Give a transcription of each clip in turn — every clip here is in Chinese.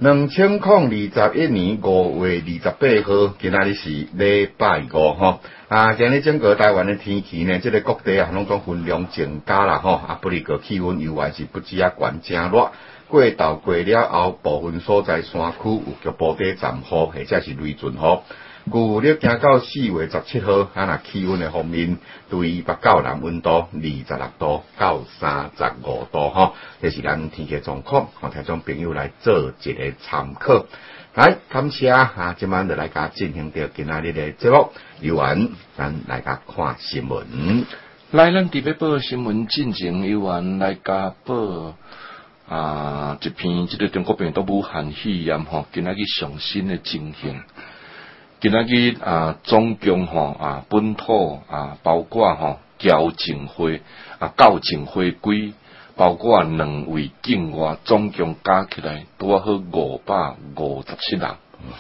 2021年5月28號，今仔日是禮拜五吼。今日整個台灣的天氣呢，這個各地啊，攏總分量增加啦吼。不哩個氣溫由來是不止啊懸正熱。過晝過了後，部分所在山區有局部地陣雨，或者是雷陣雨。舊曆行到4月17號，若氣溫的方面，對北高南溫度26度到35度吼，這是咱天氣狀況，我聽眾朋友來做一個參考。來，感謝今晚就來甲進行到今仔日的節目，由完咱來甲看新聞。 來，咱特別報新聞進前，由完來甲報一篇這個中國病毒武漢肺炎吼，今仔日上新的情形。今仔日總共本土包括交警會教警會歸，包括2位境外，總共加起來拄好557人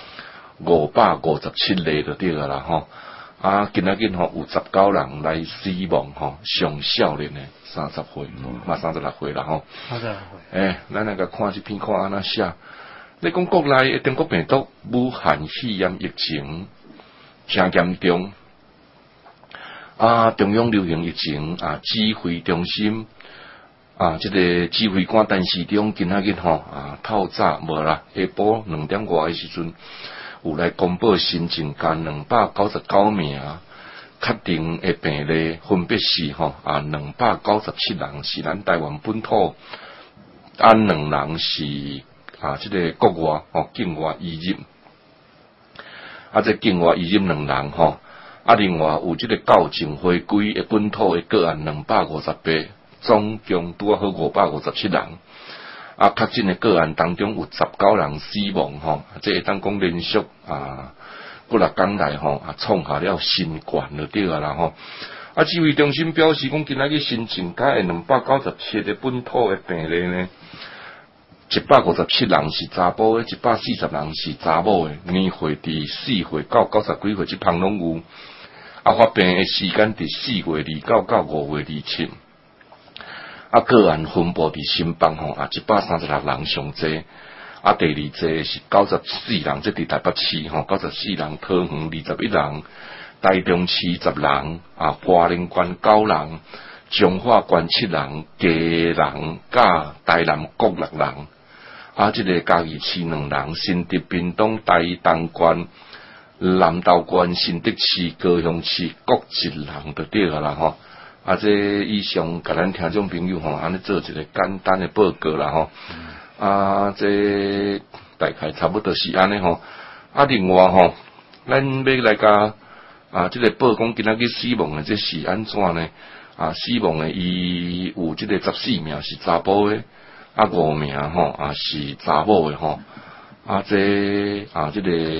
，557例就對了啦吼。今仔日有19人來死亡吼，上少年的30歲，嘛36歲啦吼。36歲。咱來個看這篇看安那寫。你講國內的中國病毒武漢肺炎疫情真嚴重，中央流行疫情指揮中心這個指揮官陳時中今仔日透早無啦，下晡2點外的時陣有來公布新增加299名確定的病例，分別是297人是咱台灣本土，2人是這個國外境外移入，這境外移入2人吼，另外有這個教警會歸的本土的個案258，總共拄好557人。確診的個案當中有19人死亡吼，這會當講連續幾6天來吼創下了新高就對啦吼。指揮中心表示講，今仔日新增加的297個本土的病例呢，157人是查甫的，140人是查某的，年歲佇4歲到90幾歲，這項攏有。發病的時間佇4月29到5月27。個案分布佇新北吼，136人上濟。第二濟是94人，這佇台北市吼，94人，桃園21人，台中市10人，花蓮縣9人，彰化縣7人，嘉人甲台南各6人。這個嘉義市2人，新竹屏東台東縣、南投縣、新竹市、高雄市各1人就對了啦吼。這以上甲咱聽眾朋友吼，安尼做一個簡單的報告啦吼。這大概差不多是安尼吼。另外吼，咱要來甲這個報講今仔日死亡的這是安怎呢？死亡的伊有這個14名是查甫的。5名是查某的吼，這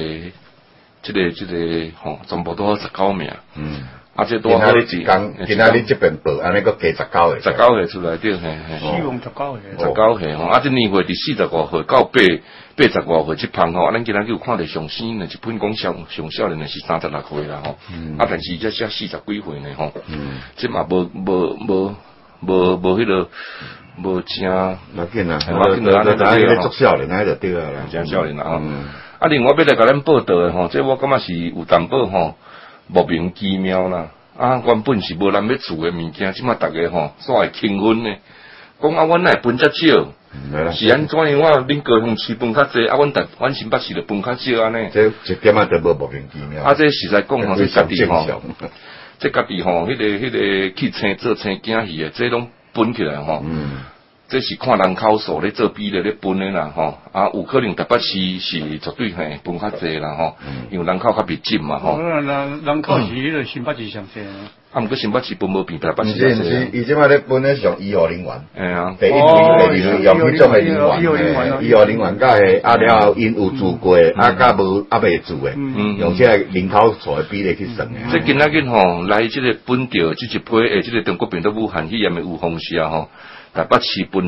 個吼，全部都19名。這多好幾天， 今仔日這邊報，安尼個加19個，19 個出來對，死亡19個 ，19個吼。這年歲佇45歲到85歲這項吼，咱今仔日有看到上新的一本講上少年的是36歲啦吼。但是這寫40幾歲呢吼，這嘛無迄個。無正， 要緊啊！咱做少年就對啦， 正少年啦吼。另外要來甲咱報道的吼，這我感覺是有淡薄吼莫名其妙啦。原本是無人要厝的物件，即馬逐個吼煞會興奮呢。講阮哪會分遮少？是安怎樣？恁高雄市分較濟，阮新北市就分較少安尼。 這一點仔都無莫名其妙。 這實在講吼，這家己吼，這家己吼，迄個去青做青囝戲的，這攏。分起來吼，這是看人口數咧做比例咧分的啦吼。有可能台北市是絕對係分較濟啦吼，因為人口較密集嘛吼。 人口是迄個新北市上濟。 毋過新北市分無比台北市濟。是，伊即擺咧分咧上150元。第一年用迄種嘅0元，150元甲個了因有住過，甲無未住嘅，用這人口數嘅比例去算嘅。 即今仔日吼來即個分掉即一批誒，即個中國病毒武漢肺炎嘅有方式吼，台北市分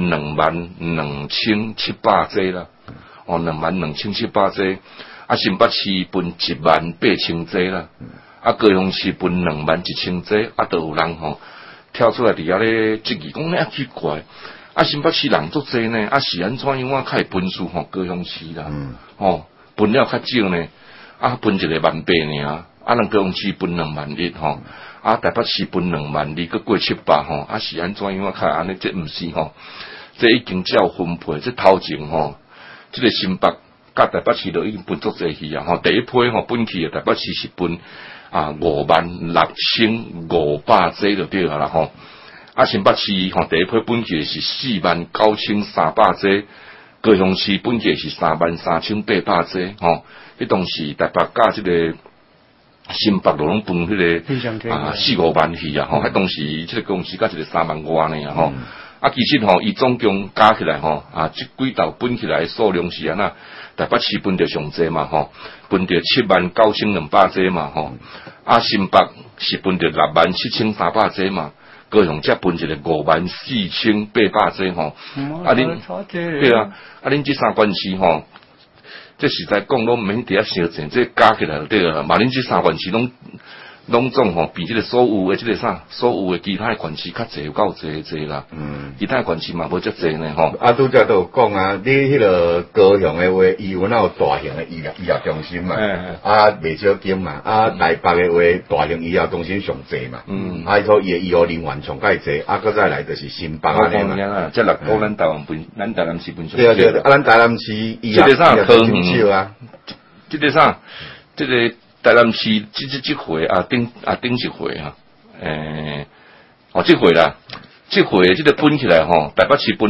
22700劑啦，22700劑。新北市分18000劑啦。高雄市分21000劑，都有人吼跳出來佇遐咧質疑，講你奇怪， 啊，新北市人足济呢，啊是安怎样较会分数吼？高雄市啦，分了较少呢，啊分一个18000尔，啊人高雄市分20000吼，啊台北市分20000，佮过700吼，啊是安怎样较安尼？这毋是吼，这已经照分配，这头前吼，这个新北甲台北市都已经分足济去啊，吼，第一批吼分去台北市是分56500只就对啊啦吼。啊，新北市吼第一批本期是49300只，高雄市本期是33800只，吼，迄当时台北甲即个新北拢分迄个4-5万去啊，吼，迄当时即个高雄市甲一个3万外呢啊，吼，啊，其實吼伊總共加起來吼即幾道分起來數量是安那，台北市分着上濟嘛吼，分着79200只嘛吼，啊，新北是分着67300只嘛。高雄才分一個54800只吼，啊恁對啊，啊恁這三縣市吼，這實在講攏毋免佇遐相爭，這加起來就對啊，嘛恁這三縣市攏總吼比這個所有誒這個啥，所有誒其他誒縣市較濟有夠濟啦，其他縣市嘛無遮濟呢吼。 啊，拄則都有講啊，你迄個高雄誒話，伊有哪有大型誒醫療中心嘛，啊袂少間嘛，啊台北誒話大型醫療中心上濟嘛，啊所以伊誒醫護人員上介濟，啊擱再來就是新北安尼嘛。 即6個咱台南市分上。 對啊，啊咱台南市醫療中心少啊， 即個啥，即個。台南市這回啊頂一回啊，這回啦，這回這個分起來吼，台北市分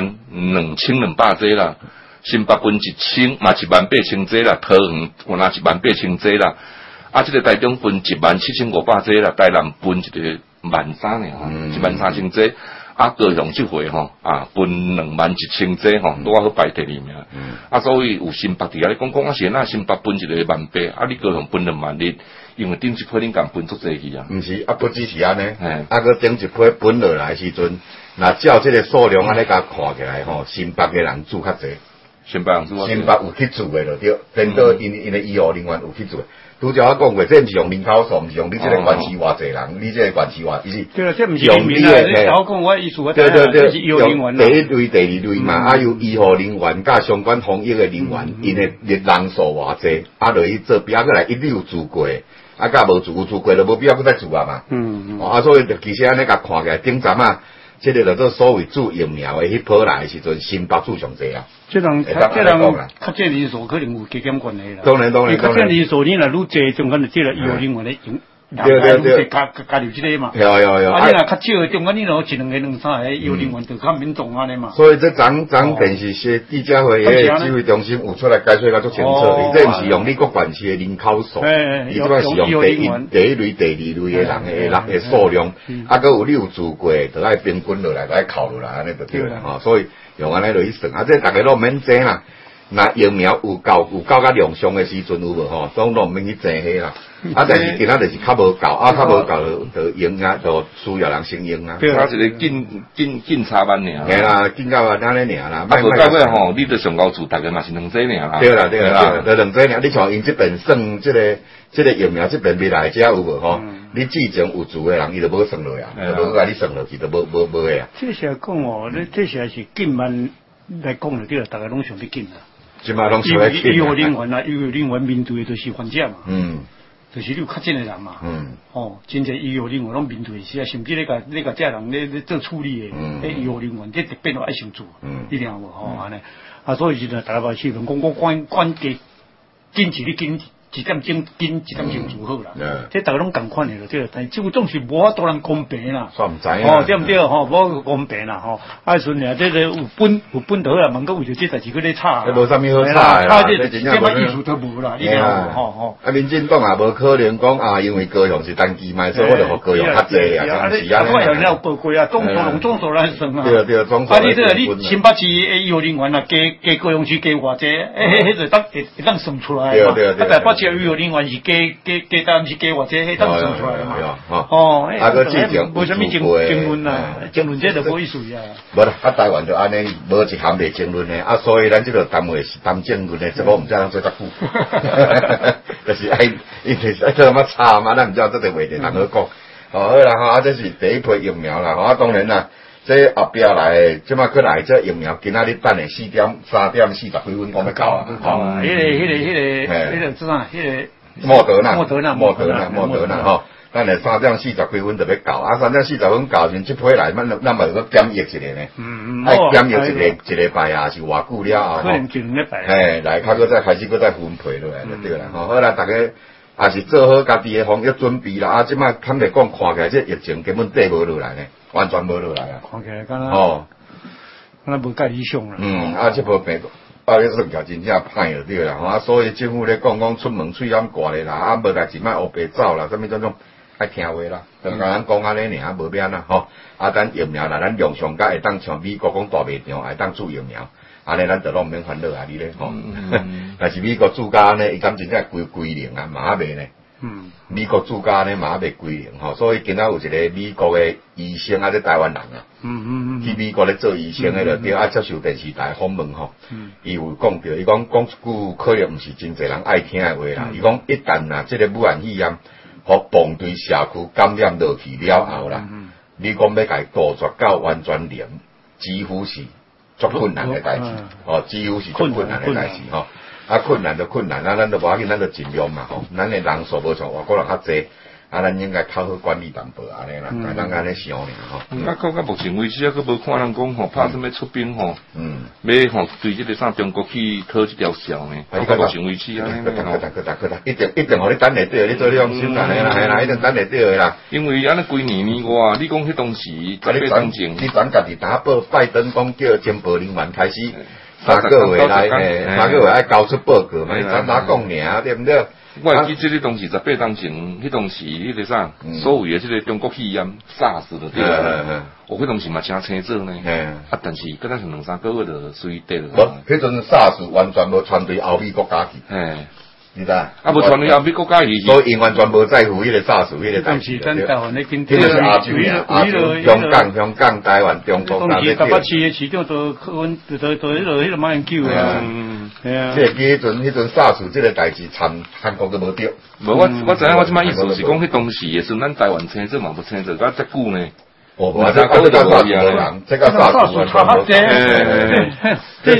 22200只啦，新北分1000嘛18000只啦，桃園有拿18000只啦，啊，這個台中分17500只啦，台南分一個13000呢，13000只。啊，高雄即回吼分21000只吼，拄好排第2名。啊，所以有新北佇遐咧講啊，是那新北分一個18000，啊，你高雄分20000，因為頂一批恁共分足濟去啊。毋是，啊，不只是安尼，啊，擱頂一批分落來時陣，若照即個數量安尼甲看起來吼，新北嘅人住較濟。新北有去住嘅就對，變到因為醫護人員有去住。拄則我講過，這毋是用人口數，毋是用你即個縣市偌濟人，你即個縣市偌，伊是對啦，這毋是用你嘅。我講我意思， 對，用第一類、第二類嘛，啊有醫護人員甲相關防疫嘅人員，因嘅人數偌濟，啊落去做，比較過來一有住過，啊甲無住過就無必要擱再住啊嘛。啊所以就其實安尼甲看起來，頂陣啊，即個就做所謂注疫苗嘅迄波來時陣，新北住上濟啊。較這人數可能有加減關係啦。 當然。 較這人數你若愈濟，中間就即個醫護人員咧用，對，加入即個嘛。有。啊，你若較少，中間你若1、2個、2、3個醫護人員就較嚴重安尼嘛。 所以這張電視些記者會嘅指揮中心有出來解說較足清楚，伊這毋是用你各縣市嘅人口數，伊主要是用第一類、第二類嘅人嘅數量，啊，佮有你有住過，就愛平均落來，就愛扣落來，安尼就對啦。吼，所以用安尼落去算，啊，這大家都毋免爭啦。那疫苗有夠甲量上嘅時陣有無吼，總都毋免去爭迄啦。啊，但是其他就是較無夠，啊，較無夠就用啊，就需要人先用啊。 對啊，一個檢查班爾。 係啦，檢查班安尼爾啦。 啊，無到尾吼，你著上高處，大概嘛是2劑爾啦。 對啦，就2劑爾。你像因這邊算這個疫苗這邊未來遮有無吼？你之前有住嘅人，伊就無算落啊，就無甲你算落去，就無嘅啊。 這是講哦，你這是緊慢來講就對啦，大家攏上得緊啦。 即嘛攏上得緊。醫護人員啊，醫護人員面對嘅就是患者嘛。就是你有較真誒人嘛。真濟醫護人員攏面對是啊，甚至你甲這人咧做處理誒，醫護人員這特別愛想做，你聽有無？吼安尼，啊，所以是大家話是講關鍵堅持你堅。一點鐘一點鐘做好啦，即大家攏共款誒咯，對，但係政府總是無法度人公平啦， 算唔知啊， 對唔對？無公平啦，啊，陣啊，即個有本倒啦，問個為咗即代志佢咧吵， 無啥物好吵誒啦， 即麼意思都無啦，你聽有？啊， 民進黨也無可能講啊，因為高雄是單機嘛，所以我就互高雄較濟啊，是啊， 我有了報過啊，總數來算啊， 對，總數來算。啊， 你新北市醫護人員啊，加高雄市加偌濟，迄個當算出來嘛，啊，台北市醫護人員是加當是加偌濟，迄當算出來嘛， 啊，個之前無啥物爭論啊，爭論這就無意思啊。 無啦，啊，台灣就安尼，無一項袂爭論誒，啊，所以咱這個單位是談爭論誒，這個毋知通做得久，就是因為這麼差嘛，咱毋知道這個話題通好講。好啦，啊，這是第一批疫苗啦，啊，當然啦。 这后壁来，即马过来这疫苗，今仔日等下3点40几分讲要到啊。 迄个是啥？ 莫德纳吼。咱来3点40几分就要到，啊3点40分到时，即批来，咱咪个检疫一下呢。爱检疫一礼拜啊，是偌久了后。 可能1礼拜。 嘿，来，较搁再开始搁再分配落来就对啦。好啦，大家也是做好家己的防疫准备啦。啊，即摆坦白讲，看起来这疫情根本跌无落来呢，完全无落来啊。 看起来敢若无介理想啦。 这波病毒。这算起真正歹就对啦，啊，所以政府咧讲出门喙暗挂咧啦，啊，无代志莫黑白走啦，啥物种爱听话啦，就甲咱讲安尼尔，无免啦，吼，啊，咱疫苗啦，咱量上甲会当像美国讲大卖场会当注疫苗，安尼咱就拢免烦恼啊，你咧，吼，但是美国注甲安尼，伊敢真正归零啊，嘛袂呢。美国注甲呢嘛未归零吼，所以今仔有一个美国的医生啊，在台湾人啊，去美国咧做医生的就对啊，接受电视台访问吼，伊有讲到，伊讲一句可能毋是真侪人爱听的话啦，伊讲一旦啊，这个武汉肺炎互放对社区感染落去了后啦，你讲要甲伊杜绝到完全零，几乎是足困难的代志，几乎是足困难的代志吼。啊，困难就困难，咱就无要紧，咱就尽量嘛吼。咱的人数无像外国人较济，啊，咱应该较好管理淡薄安尼啦，咱安尼想尔吼。 到目前为止啊，佫无看人讲吼，拍什么出兵吼，要吼对这个啥中国去讨这条潲呢？到目前为止啊， 一定互你等下对，你做你放心啦，系啦，一定等下对啦。 因为安尼规年外，你讲迄当时18当前， 你转家己打报，拜登讲叫情报人员开始。3个月来，3个月爱交出报告嘛，咱哪讲尔，对不对？ 我会记这个当时18当前，迄当时迄个啥，所谓的这个中国肺炎 SARS 就对了。迄当时嘛真青做呢，啊，但是搁咱是2-3个月就随跌了。 无，迄阵 SARS 完全无传对欧美国家去。你知啊？ 无传对欧美国家去， 所以因完全无在乎迄个 SARS 迄个代志。 但是咱台湾咧紧张，迄个亚洲啊，香港、台湾、中国。 当时台北市的市长都柯文，都迄个马英九啊。 系啊。即係迄陣 SARS 即個代志，韓國都無對。 無我知影，我即擺意思是講，迄當時嘅時陣，咱台灣青做嘛無青做，甲遮久呢。 我这个SARS人，这个 SARS 差不多。这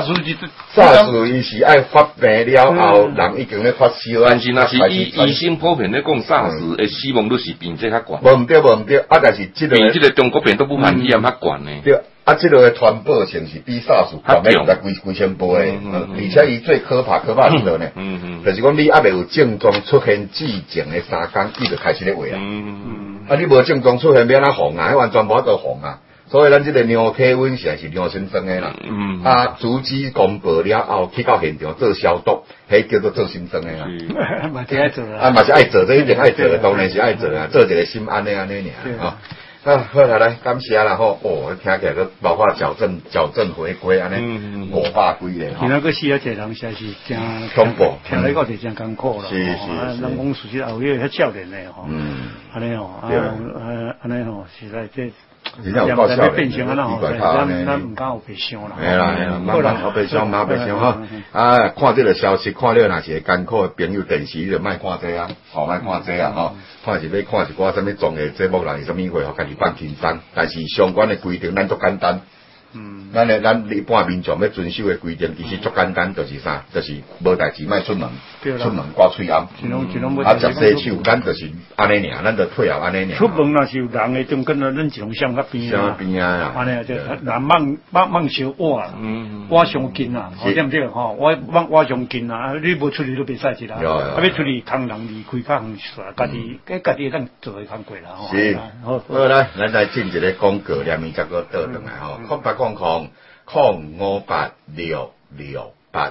SARS 伊是爱发病了后，人已經咧發燒。 但是若是醫生普遍咧講，SARS 嘅死亡率是比這較懸。 無唔對，啊，但是比這個中國病毒武漢肺炎較懸呢。 對，啊，這個嘅傳播性是比 SARS 懸咧幾千倍嘅，而且伊最可怕是呢，就是講你還未有症狀出現之前嘅3天，伊就開始咧話啦。啊！你無症狀出現，免哪防啊？完全無法度防啊！所以咱即個量體溫實是量先生嘅啦。啊，足跡公布了後，去到現場做消毒，迄叫做做先生嘅啦。 嘛是愛做啦。 啊，嘛是愛做，這一定愛做，當然是愛做啊！做一個心安尼爾啊。啊，好來，感謝啦吼！聽起來都包括矯正回歸安尼500幾個。 今仔個死啊，一人實在是真恐怖， 聽嚟講就真艱苦啦。 是。人講事實後迄少年咧吼，安尼吼，安尼吼，實在這。 真正有夠少年， 咱唔敢有白想啦。 係啦，慢慢有白想，慢白想哈。啊，看這個消息，看了若是艱苦的朋友，電視就莫看這啊，莫看這啊，吼。看是要看一寡什麼綜藝節目啦，是什麼會互家己放輕鬆，但是相關的規定咱足簡單。咱一般民眾要遵守的規定，其實足簡單，就是啥？就是無代誌莫出門，掛喙暗。啊，食洗手，咱就是安尼爾，咱就配合安尼爾。 出門若是有人的，中間咱一路向邊啊。 向邊啊！ 安尼就人莫燒碗啦，碗上近啦，對唔對？吼，碗上近啦，你無出去都袂使去啦。啊，要出去通人離開較遠煞，家己會當做會通過啦。 是，好來，咱來進一個廣告，兩面才個倒轉來吼。0580668。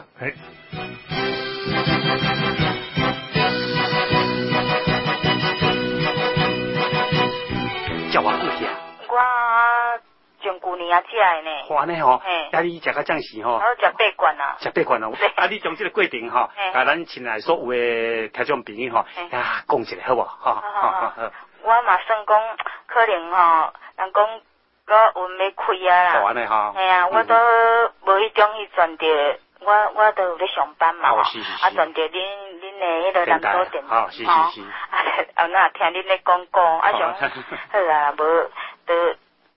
叫我過去啊！我上舊年啊食的呢。 哇呢吼，啊你食個這樣時吼， 我食8罐啊。 食8罐啊！啊你將這個過程吼，甲咱親來所有的聽眾朋友吼，啊講一下好無？好。 我嘛算講可能吼，人講。我運要開啊啦，係啊，我都無迄種迄陣着，我都有咧上班嘛，啊，陣着恁的迄個南島電台， 是， 啊，後若聽恁咧講，啊上好啊，無都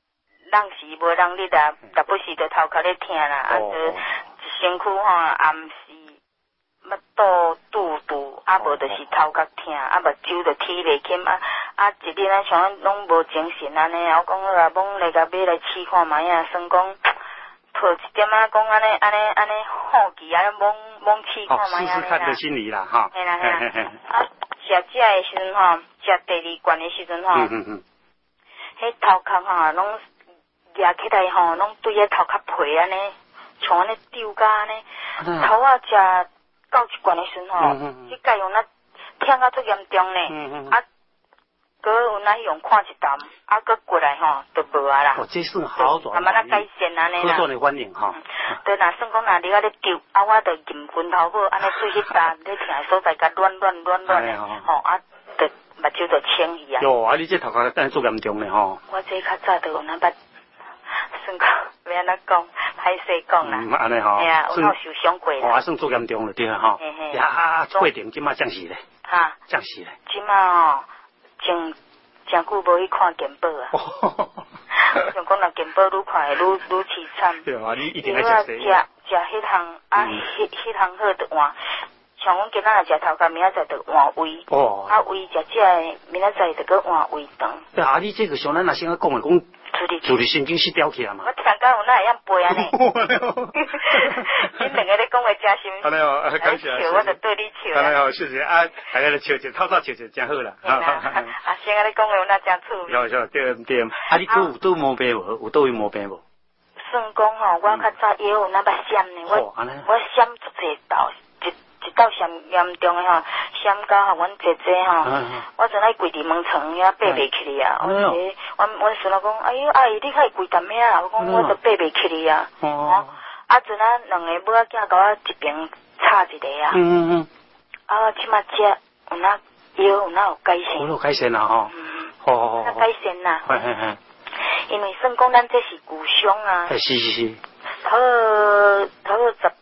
人时无人力啊，逐不时就头壳咧疼啦，啊，就身躯吼暗时要肚，啊无就是头壳疼，啊目睭就起袂起啊一日啊像拢无精神安尼，我讲好啊，懵来甲买来试看卖啊，算讲抱一点啊，讲安尼好奇啊，懵试看卖啊。试试看的心理啦，哈。嘿啦。啊，食食的时阵吼，食第二罐的时阵吼，迄头壳吼拢夹起来吼，拢对个头壳皮安尼，像安尼丢甲安尼，头啊食到一罐的时阵吼，即个用那疼啊足严重呢，啊。佮有哪用看一啖，啊，佮过来吼，就无啊啦。哦，这算好转。慢慢啊改善安尼啦。好转的反应吼。对啦，算讲若你啊咧揪，啊，我就吟拳头骨，安尼对迄搭咧疼的所在，甲乱的，吼，啊，就目睭就清去啊。哟，啊，你这头壳等足严重的吼。我这较早就有那捌，算讲要安怎讲，歹势讲啦。安尼吼。哎呀，有受伤过啦。哦，啊，算足严重了对吼。嘿嘿。呀，过程即马降死咧。哈。降死咧。即马吼。真久无去看健保啊！想讲若健保愈看会愈凄惨。对啊，你一定要食食迄项啊，迄项好就换。像阮今仔若食头壳，明仔载就换胃。哦。啊，胃食的，明仔载就搁换胃肠。对啊，你这个像咱若先讲的讲。自律神经失调起来嘛？我听讲有哪会样背安尼？恁两个咧讲话真心。安尼哦，感谢。笑我就对你笑。安尼哦，谢谢啊，大家咧笑笑，透透笑笑真好啦。啊，先啊，你讲话有哪真趣味？有对。啊，你拄毛病无？有倒位毛病无？算讲吼，我较早也有那捌闪呢，我闪足济道。一道闪严重的吼，闪到吼，阮姐姐吼，我阵来跪伫门床遐爬袂起哩啊！阮孙仔讲，哎呦阿姨，你较会跪踮遐啊？我讲我都爬袂起哩啊！啊，阵啊两个母仔囝甲我一边插一个啊！啊，即马只有哪腰有哪有改善？有改善啦吼！好。那改善啦。因为算讲咱这是旧伤啊。是。头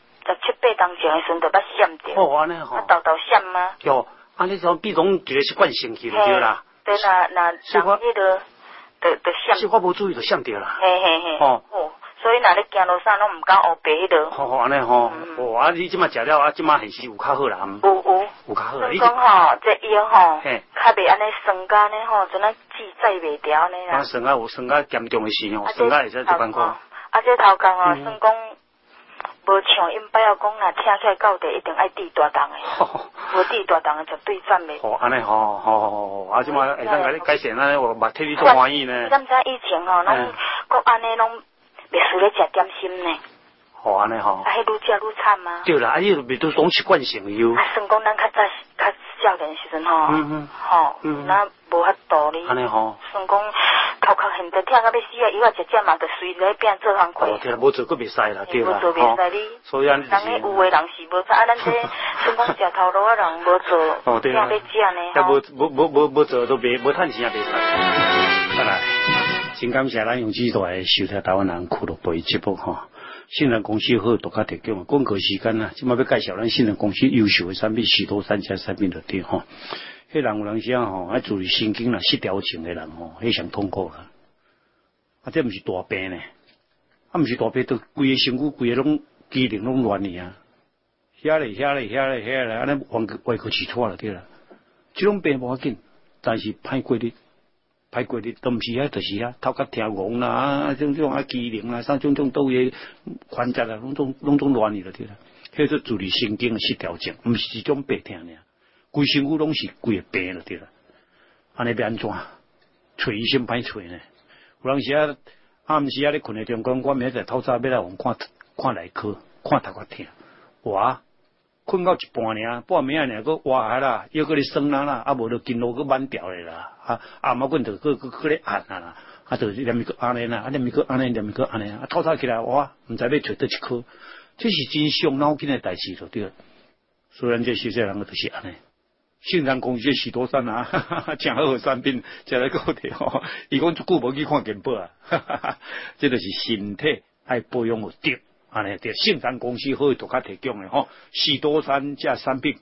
17、8当前的时阵就捌闪着，哦安尼吼，啊豆闪吗？哟，啊你种比种一个习惯性去就对啦。对啦，那人迄个就闪。是我无注意就闪着啦。嘿。哦，所以若咧行路啥拢唔敢乌白迄个。好安尼吼，哦啊你即马食了啊，即马现时有较好啦。有较好啦。你讲吼，这药吼，较袂安尼酸干呢吼，阵啊记载袂掉呢啦。酸啊有酸啊严重的时吼，酸啊会使就艰苦。啊这头讲吼，算讲。无像因摆要讲，若听起来到底一定爱滴大档的，无滴大档的绝对赞袂。哦，安尼好，啊，即马会当甲你改善安尼，我嘛替你做欢喜呢。你敢知以前吼，拢各安尼拢袂输咧食点心呢？哦，安尼吼。啊，迄愈食愈惨吗？对啦，啊，伊袂都种习惯性的哟。啊，算讲咱较早较少年时阵吼，那无遐道理。安尼吼。算讲。头壳现在疼到要死啊！以后食嘛，就随咧变做行亏。哦，对啦，无做佫袂使啦，对啦。无做袂使你。所以人诶有诶人是无做，啊，咱这算讲食头路啊人无做，哦对啦。要食呢。啊，无做都袂无趁钱也袂使。再来，真感谢咱用这台收听台湾人俱乐部节目吼。信任公司好，独家提供。广告时间啊，即马要介绍咱信任公司优秀诶产品，许多3家产品就对吼。迄人有人啥吼，啊，注意神经啦，失调情的人吼，迄上痛苦啦。啊，这毋是大病呢，啊，毋是大病，都规个身躯规个拢机能拢乱去啊。遐咧，安尼外科起错了对啦。这种病无要紧，但是歹过日，都毋是遐，就是遐头壳疼戆啦，啊，种啊机能啦，啥种倒个关节啦，拢总乱去了对啦。迄做注意神经的失调症，毋是一种病疼尔。规身躯拢是规个病了对啦，安尼要安怎？找医生歹找呢？有人时啊，暗时啊咧困在中讲，我明仔载透早要来看内科，看头壳疼，哇，困到一半尔，半暝尔，佮哇啦，又佮你酸啦，啊无就筋络佮挽掉咧啦，啊暗啊，阮就佮咧按啦，啊就连咪佮安尼啦，啊连咪佮安尼，啊透早起来哇，毋知要找倒一科，这是真伤脑筋的代志就对了。虽然这些人就是安尼。信任公司许多山啊，真好的产品，食来够的吼。伊讲一久无去看健保啊，这就是身体爱保养有对，安尼对。信任公司好独家提供的吼，许多山这产品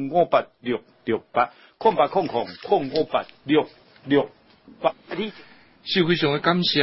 ，0800058668，0800058668。你是非常的感谢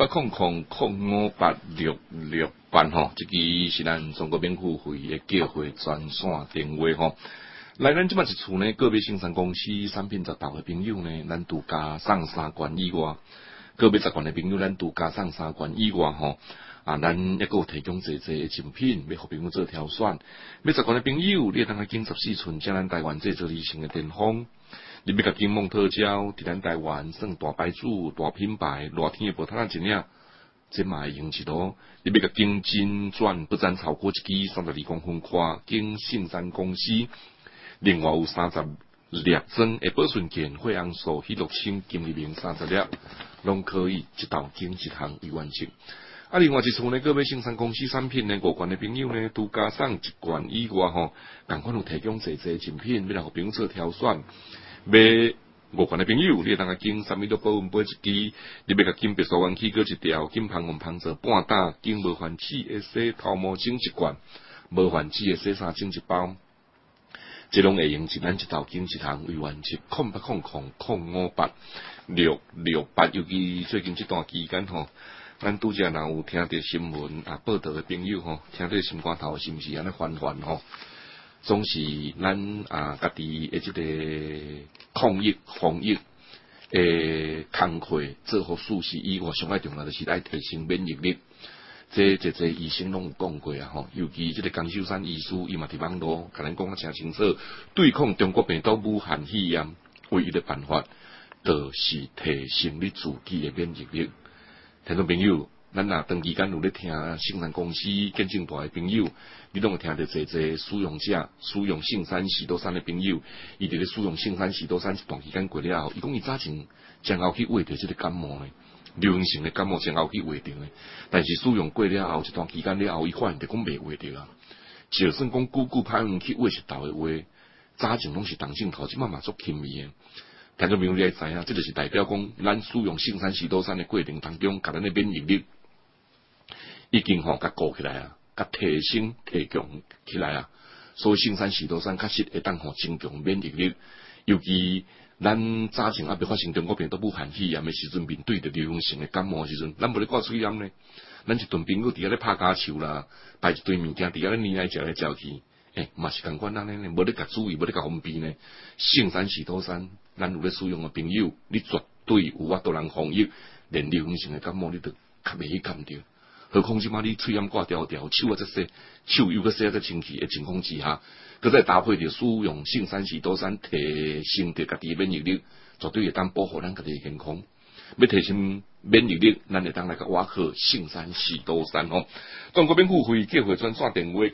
0800058668吼，这个是咱中国免付费的叫货专线电话吼。来，咱即摆一厝呢，个别生产公司产品10的朋友呢，咱独家送3罐以外，个别10罐的朋友，咱独家送3罐以外吼。咱还有提供侪的精品，要互朋友做挑选。要10罐的朋友，你当个经14寸，将咱台湾制作而成的电风。你要甲金梦特胶，伫咱台湾算大牌子、大品牌，热天的无太一领，这嘛会用一路。你要甲金金钻，不占超过一支32公分宽，经信山公司。另外有30粒装的保顺健、血红素、喜乐清、金利明30粒，拢可以一道经一项1万斤。另外一处呢，个别生产公司产品呢，5罐的朋友呢，独家送1罐以外吼，同款有提供侪精品，要来互朋友做挑选。买5罐的朋友，你当个金3米多保温杯一支，你要甲金白素元气搁一条，金芳红芳泽半打，金无环气的洗头毛精1罐，无环气的洗衫精1包，这拢会用咱一道金一项为完成，0800058668，尤其最近这段期间吼，咱拄则若有听到新闻报道的朋友吼，听到心肝头是毋是安尼烦吼？总是咱家己的这个抗疫防疫工课做好事实以外，上爱重要就是爱提升免疫力。这医生拢有讲过吼，尤其这个江秀山医师伊嘛伫网络甲咱讲啊诚清楚，对抗中国病毒武汉肺炎唯一的办法，就是提升你自己的免疫力。听众朋友，咱若长期间有咧听生产公司见证大的朋友，你拢会听到侪使用者使用杏山喜多山的朋友，伊伫咧使用杏山喜多山一段期间过了后，伊讲伊早前将后去胃着即个感冒呢，流行性的感冒将后去胃着呢，但是使用过了后一段期间了后，伊发现着讲袂胃着啊。就算讲久歹运去胃食道的话，早前拢是动镜头，即嘛足轻微的。听众朋友你爱知影，这就是代表讲，咱使用杏山喜多山的过程当中，甲咱的免疫力已经甲顾起来啊，甲提升提强起来啊。所以杏山喜多山确实会当增强免疫力，尤其咱早前未发生中国病毒武汉肺炎的时阵，面对着流行性的感冒的时阵，咱无咧挂嘴炎呢，咱一顿朋友伫遐咧拍假球啦，摆一堆物件伫遐咧捏来食来食去。嘛是共款安尼呢，无咧甲注意，无咧甲封闭呢。杏山喜多山，咱有咧使用的朋友，你绝对有法度人防疫，连流行性的感冒你都较袂去感着。何况即马你喙炎挂条条，手则洗，手又搁洗得清气的情况之下，搁再搭配着使用杏山喜多山，提升着家己的免疫力，绝对会当保护咱家己的健康。要提升免疫力，咱会当来个挖好杏山喜多山吼。中国免付费叫货专线电话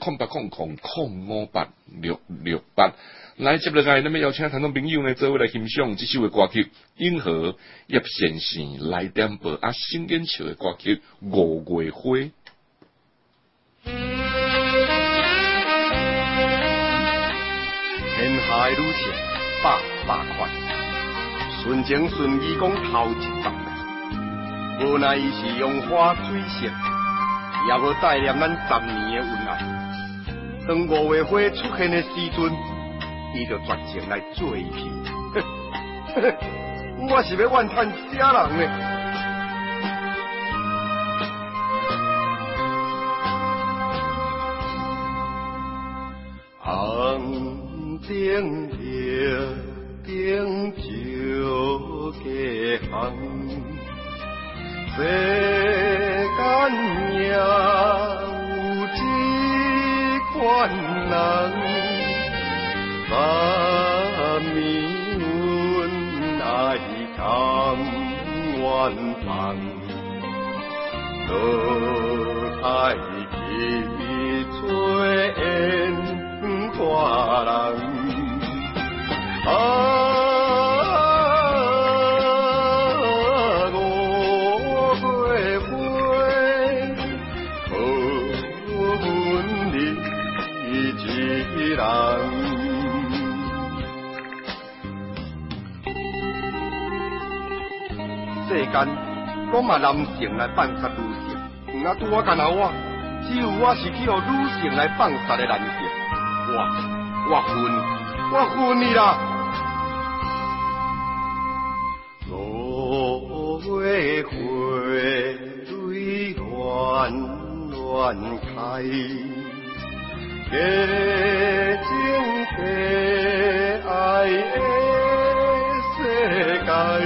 0800058668。来接落来，咱要邀请听众朋友呢，做伙来欣赏这首的歌曲《银河叶先生来点播》新演唱的歌曲《5月花》。 天下的女性百款。顺情顺意讲头100个，无奈伊是用花水色，也无带念咱10年的恩爱。当5月花出现的时阵，伊就绝情来做伊去。我是要怨叹啥人呢？红灯灯照街巷，世间也有这款人，把命运爱甘愿放，都爱去做缘大人。5月花，好阮你一人。世间拢嘛男性来放杀女性，拄我干那我，只有我是去互女性来放杀的男性。我恨你啦！5 对乱乱开，假情假爱的世界，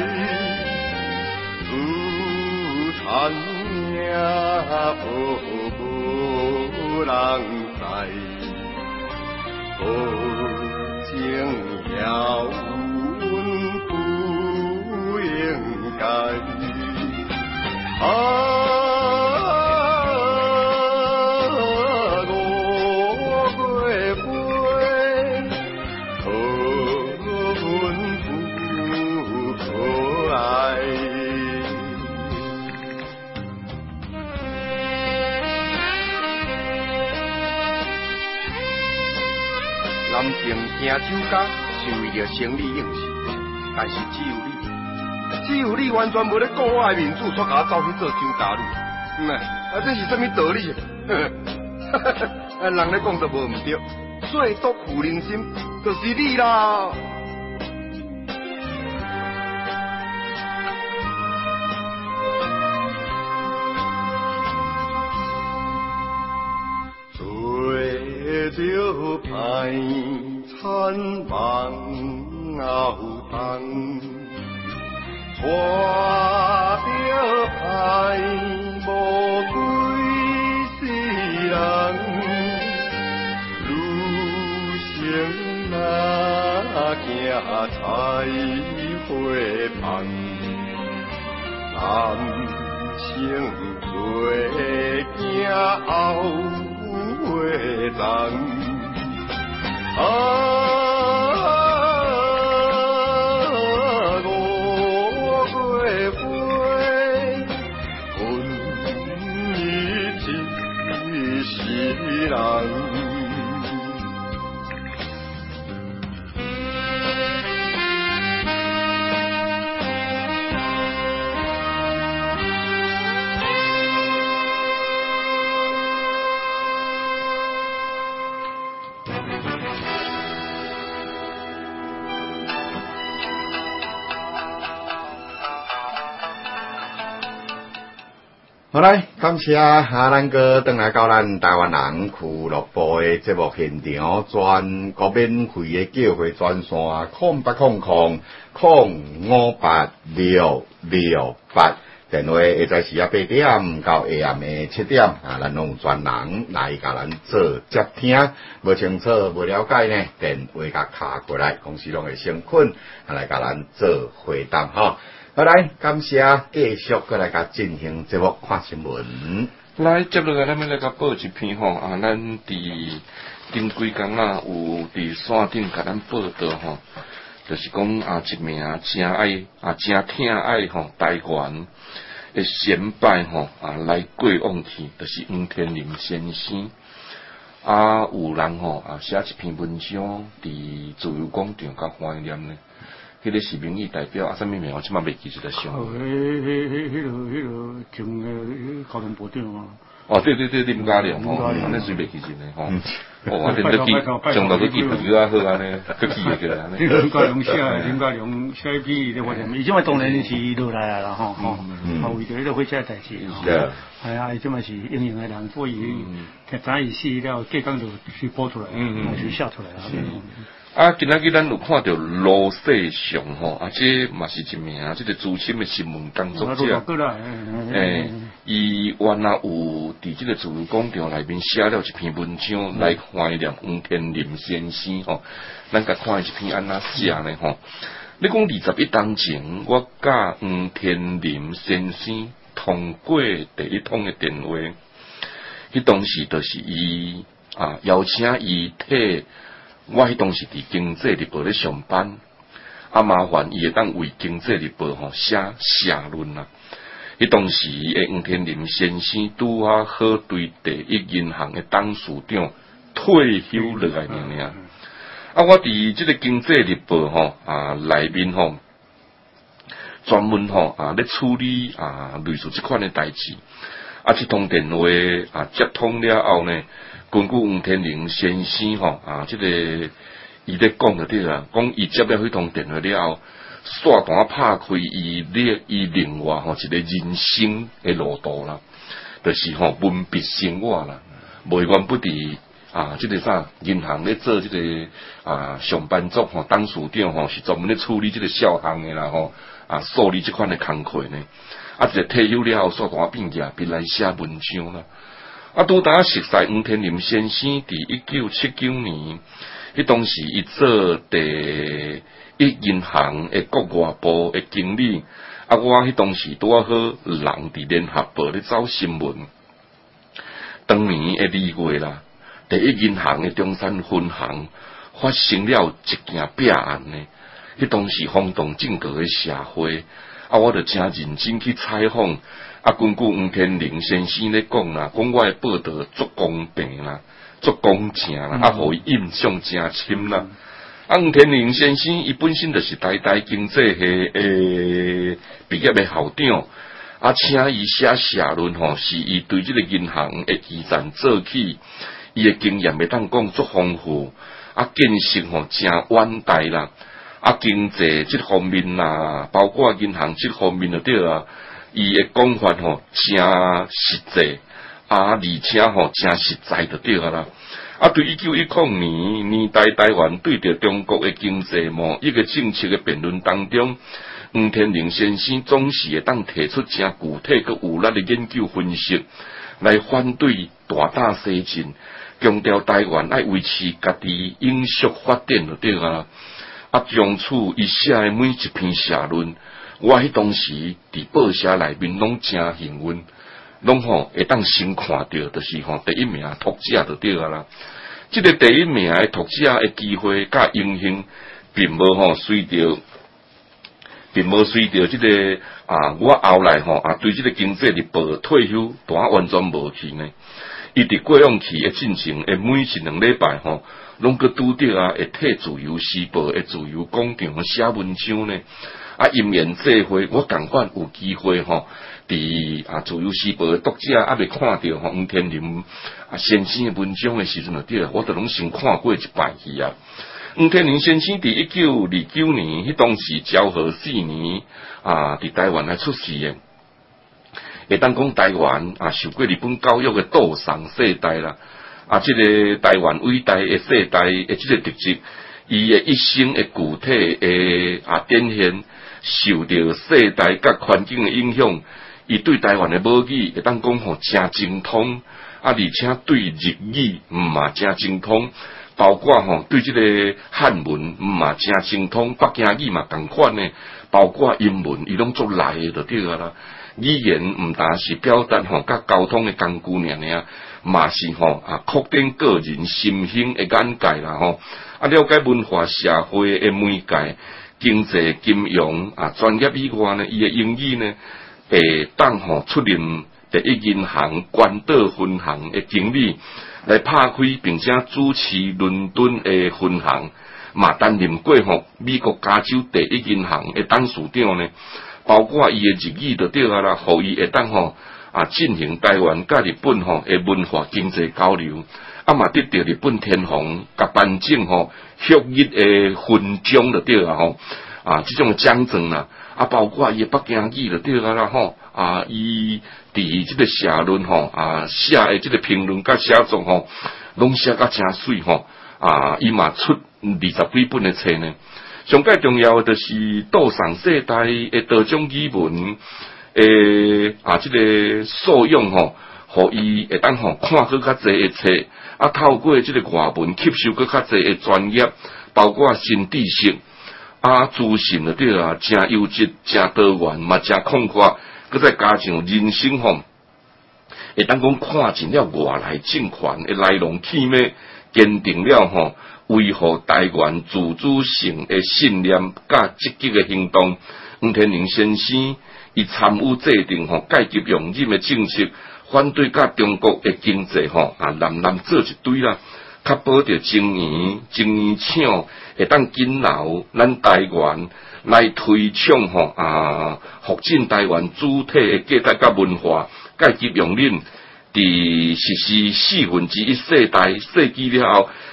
自残命无人知，无情遥阮不应该。男性行酒家是为着生理应试，但是只有你完全无咧顾我的面子，却甲我走去做酒家女，这是什么道理？人咧讲都无毋对，最毒妇人心就是你啦！就歹残梦后冬，带着歹无归世人，女性若行彩花旁，男性做惊后。会长我会飞，恨一世人。 好来，感谢咱哥回来到咱台湾人俱乐部的节目现场，全国免费的叫会专线0800-058668，电话会在时8点到下暗的7点咱拢有专人来甲咱做接听，无清楚无了解呢，电话甲卡过来，公司拢会先困来甲咱做回答吼。好来，感谢继续过来甲进行节目看新闻。 来，接落来咱要来甲报一篇吼咱伫顶几工有伫线顶甲咱报道吼，就是讲一名真爱真疼爱台湾的先辈来过往去，就是黄天林先生。有人写一篇文章伫自由广场甲怀念呢。迄个是民意代表啥物名？我即马袂记一个上。 前交通部长啊。 哦，对，林家良安尼随袂记一个我真都记，从头都记朋友好安尼，都记会起来安尼。 林家良写一篇咧，我就伊即马当然是落来啦吼，为着迄个火车代志。系啊，伊即马是应用的人，所以听早伊死了，隔工就去播出来，就写出来啦。 今仔日咱有看到罗世祥这嘛是一名这个资深的新闻工作者。伊原来有伫这个自由广场内面写了一篇文章来怀念黄天林先生咱甲看一篇安怎写呢你讲21当前，我甲黄天林先生通过第一通的电话，迄当时就是伊邀请伊替。我迄当时伫经济日报咧上班，麻烦伊会当为经济日报写社论啦。迄当时诶黄天林先生拄好对第一银行诶董事长退休落来尔。我伫即个经济日报内面专门咧处理类似即款诶代志。即通电话接通了后呢？根据黄天林先生即个伊咧讲的对啦，讲伊接了迄通电话了后， 煞单拍开伊另外一个人生的路途啦，就是文笔生活啦，无原不伫这个啥银行咧做这个上班族董事长是专门咧处理这个小项的啦处理这款的工课呢，一个退休了后煞单变业别来写文章啦。拄当熟悉黄天林先生伫1979年，迄当时伊做第一银行的国外部的经理，我迄当时拄好人伫联合报咧走新闻。当年的2月啦，第一银行的中山分行发生了一件弊案呢，迄当时轰动整个的社会，我就真认真去采访。根据黄天林先生咧讲啦，讲我的报道足公平啦，足公正啦，互伊印象真深啦。黄天林先生伊本身就是台大经济系毕业的校长，请伊写社论是伊对这个银行的基站做起，伊的经验会当讲足丰富，见识真远大啦，经济这方面啦，包括银行这方面就对啊。伊的讲法真实际，而且真实在就对啦。对1919年代台湾对着中国的经济贸易个政策的辩论当中，黄天林先生总是会当提出真具体个有力的研究分析，来反对大打西进，强调台湾爱维持家己永续发展就对啦。从此伊写的每一篇社论。我迄当时伫报社内面拢真幸运，拢会当先看到，就是第一名读者就对啦。这个第一名的读者的机会甲荣幸，并无随着这个我后来对这个经济日报退休单完全无去呢。伊伫过往期的进程的每1-2礼拜拢个拄着会替自由时报的自由广场写文章呢。因缘际会，我同款有机会伫自由时报的读者未看到黄天林先生的文章的时阵就对了，我就拢先看过一摆去啊。黄天林先生伫1929年，迄当时昭和4年伫台湾来出世的，会当讲台湾受过日本教育的岛上世代啦。这个台湾伟大的世代的这个特质，伊的一生的具体的展现。受到世代甲环境的影响，伊对台湾的母语会当讲真精通，而且对日语嘛真精通，包括对这个汉文嘛真精通，北京语嘛同款呢，包括英文伊拢做来的就对啦。语言唔单是表达甲交通的工具尔，嘛是扩展个人心胸的眼界啦了解文化社会的媒介。经济、金融专业以外呢，伊的英语呢，会当出任第一银行关岛分行的经理，来拍开并且主持伦敦的分行，嘛担任过美国加州第一银行的董事长呢。包括伊的日语就对啦，互伊会当进行台湾甲日本的文化经济交流。嘛得到日本天皇甲颁奖旭日的勋章就对啦这种奖状啦，包括伊北京语就对啦伊伫这个社论写的这个评论甲写作拢写甲真水伊嘛出20几本的册呢。上介重要的就是岛上世代的多种语文这个素养互伊会当看去较侪的册。透过这个外文吸收更较侪的专业，包括新知识资讯就对啦，真优质、真多元嘛，真广阔，佮再加上人生会当讲看尽了外来政权的来龙去脉，坚定了维护台湾自主性的信念甲积极的行动。黄天林先生伊参与制定阶级容忍的政策。反对甲中国的经济南做一堆啦，确保着经营厂会当紧留咱台湾来推倡发展台湾主体的价值甲文化阶级容忍，伫实施1/4世纪了后，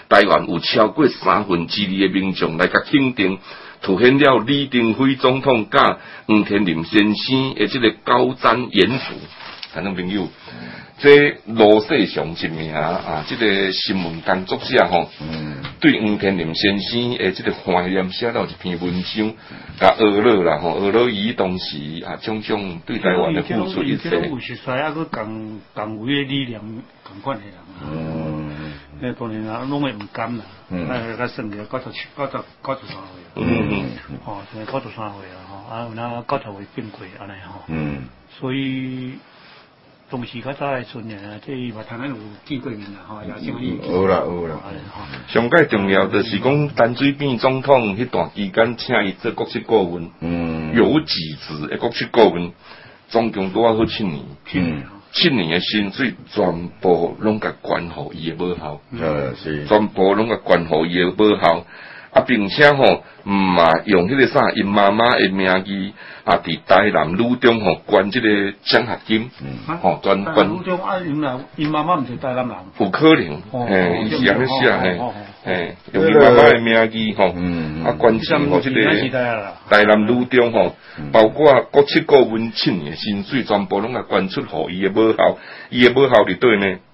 台灣有超過2/3嘅民眾來甲肯定，凸顯了李登輝總統甲黃天林先生嘅即個高瞻遠矚。聽眾朋友，這羅世祥一名即個新聞工作者吼，對黃天林先生誒即個懷念寫了一篇文章，甲訛落啦吼，訛落伊當時種種對台灣嘅付出一切。 有實在啊，佢共為嘅理念共款嘅人當然啦，攏會唔甘啦，佢甚至93歲哦，仲係93歲啊，有那90歲變過安尼吼，所以。當時較早嘅陣啊，即係話台灣有見過面啦， 有啦。 上界重要就是講陳水扁總統迄段期間請伊做國策顧問，有幾職嘅國策顧問，總共多少好7年，7年嘅薪水全部攏甲關乎伊嘅母校，全部攏甲關乎伊嘅母校。並且用迄個啥，因媽媽嘅名義佇台南女中捐即個獎學金，專捐。女中因媽媽毋是台南人。 有可能，伊是安尼寫，用因媽媽嘅名義捐錢即個台南女中包括國策顧問7年薪水，全部攏甲捐出互伊嘅母校，伊嘅母校佇對呢，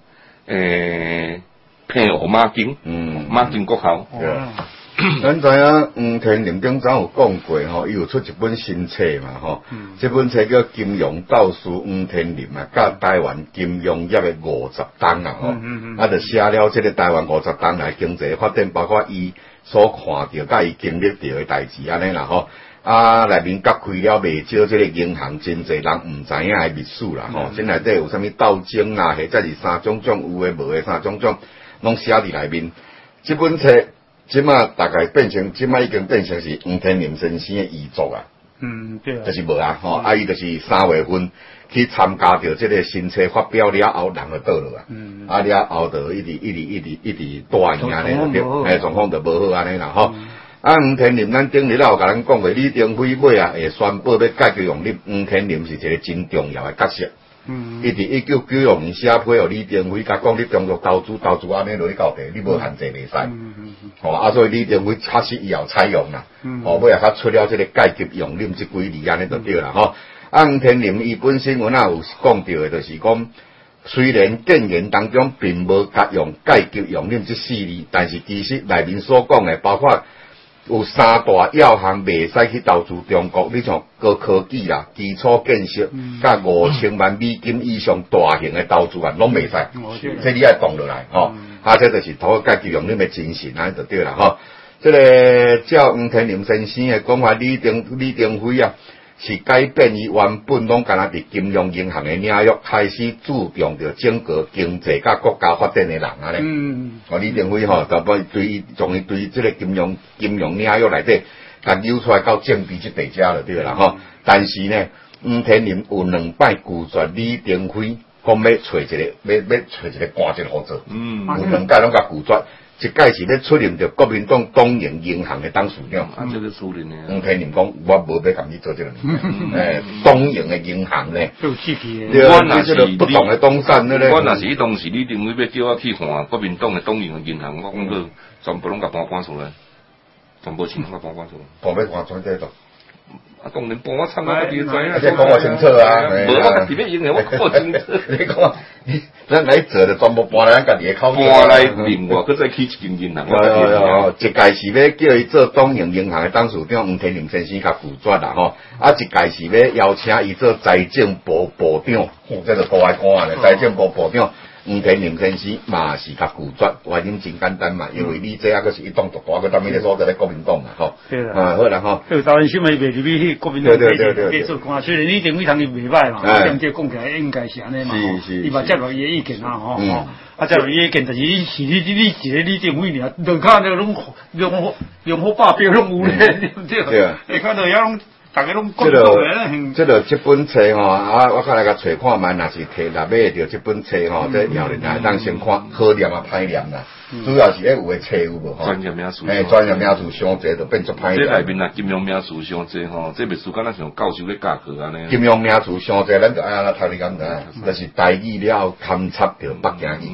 平湖馬經國校。 咱知影黃天林頂早有講過吼，伊有出一本新冊嘛吼，這本冊叫《金融導師黃天林啊，甲台灣金融業嘅50檔啊吼，就寫了這個台灣50檔來經濟發展，包括伊所看到甲伊經歷到嘅代志安尼啦吼，內面揭開了未少這個銀行真濟人毋知影嘅秘史啦吼，這內底有啥物鬥爭啊，或者是三種有誒無誒三種攏寫佇內面，這本冊。即馬大概變成，即馬已經變成是黃天林先生嘅遺作啊。對啊。就是無啊，吼，伊就是3月份去參加着即個新冊發表了後，人就倒落啊。了後就一直大贏安尼就對，狀況就無好安尼啦，吼。黃天林咱頂日有甲咱講過，李登輝尾會宣布要解決用力，黃天林是一個真重要嘅角色。伊佇1996年寫批互李登輝，甲講你中國投資安尼落去到底，你無限制袂使。所以李登輝確實伊有採用啦。尾啊，較出了即個階級用啉即幾字安尼就對啦。黃天林伊本身有講到嘅，就是講，雖然建言當中並無甲用階級用啉即4字，但是其實內面所講嘅，包括有3大要項袂使去投資中國，你像高科技啦、基礎建設，甲5000萬美金以上大型嘅投資啊，攏袂使，這你愛動落來，這就是討階級用啉嘅精神安尼就對啦，這個照黃天林先生嘅講法，李登輝啊，是改變伊原本攏干那佇金融銀行嘅領域，開始注重着整個經濟甲國家發展嘅人啊咧。李登輝就幫對從伊對即個金融領域內底，甲扭出來到政治即地家就對啦，但是呢，黃天林有2擺拒絕李登輝，講要找一個官職合作。有2擺攏甲拒絕。一屆是要出任着國民黨東營銀行嘅董事長， 這個處理呢？ 黃天林講，我無要甲你做這個，東營嘅銀行呢？ 有刺激嘅。我若是不同嘅東山咧， 我若是當時李登輝要叫我去換國民黨嘅東營嘅銀行，我講佢全部攏甲搬出來，全部錢攏甲搬出來， 搬要搬在度。 當然搬我參加啲仔， 即係講我清楚啊！ 無我特別應嘅，我講清楚。 你講，咱來做就全部搬來咱家己嘅口。 搬來另外，佢再起一間銀行。 一屆是要叫伊做東營銀行嘅董事長，黃天林先生較拒絕啦，一屆是要邀請伊做財政部部長，這就大愛講啊咧，財政部部長。黃天林先生嘛是較拒絕，原因真簡單嘛，因為你這個是一黨獨大，佢當面咧所在咧國民黨嘛， 對啦， 好啦， 台灣新聞袂入去國民黨嚟做官，雖然李登輝同伊袂歹嘛，咁即講起來應該是安尼嘛，伊嘛接落伊嘅意見啊，接落伊嘅意見，但是你一個李登輝爾，兩家攏用好百標攏有咧，對啊，你看到遐攏。大家攏講到嘅， 這本冊我較來甲找看覓，若是摕來買着這本冊這後日來當先看好念啊歹念啦，主要是有誒冊有無？ 專業名詞， 專業名詞傷濟就變作歹念。 這內面金融名詞傷濟這袂輸敢若像教授咧教課安尼。 金融名詞傷濟，咱就愛安怎讀你敢知？就是台語了後勘察着北京語。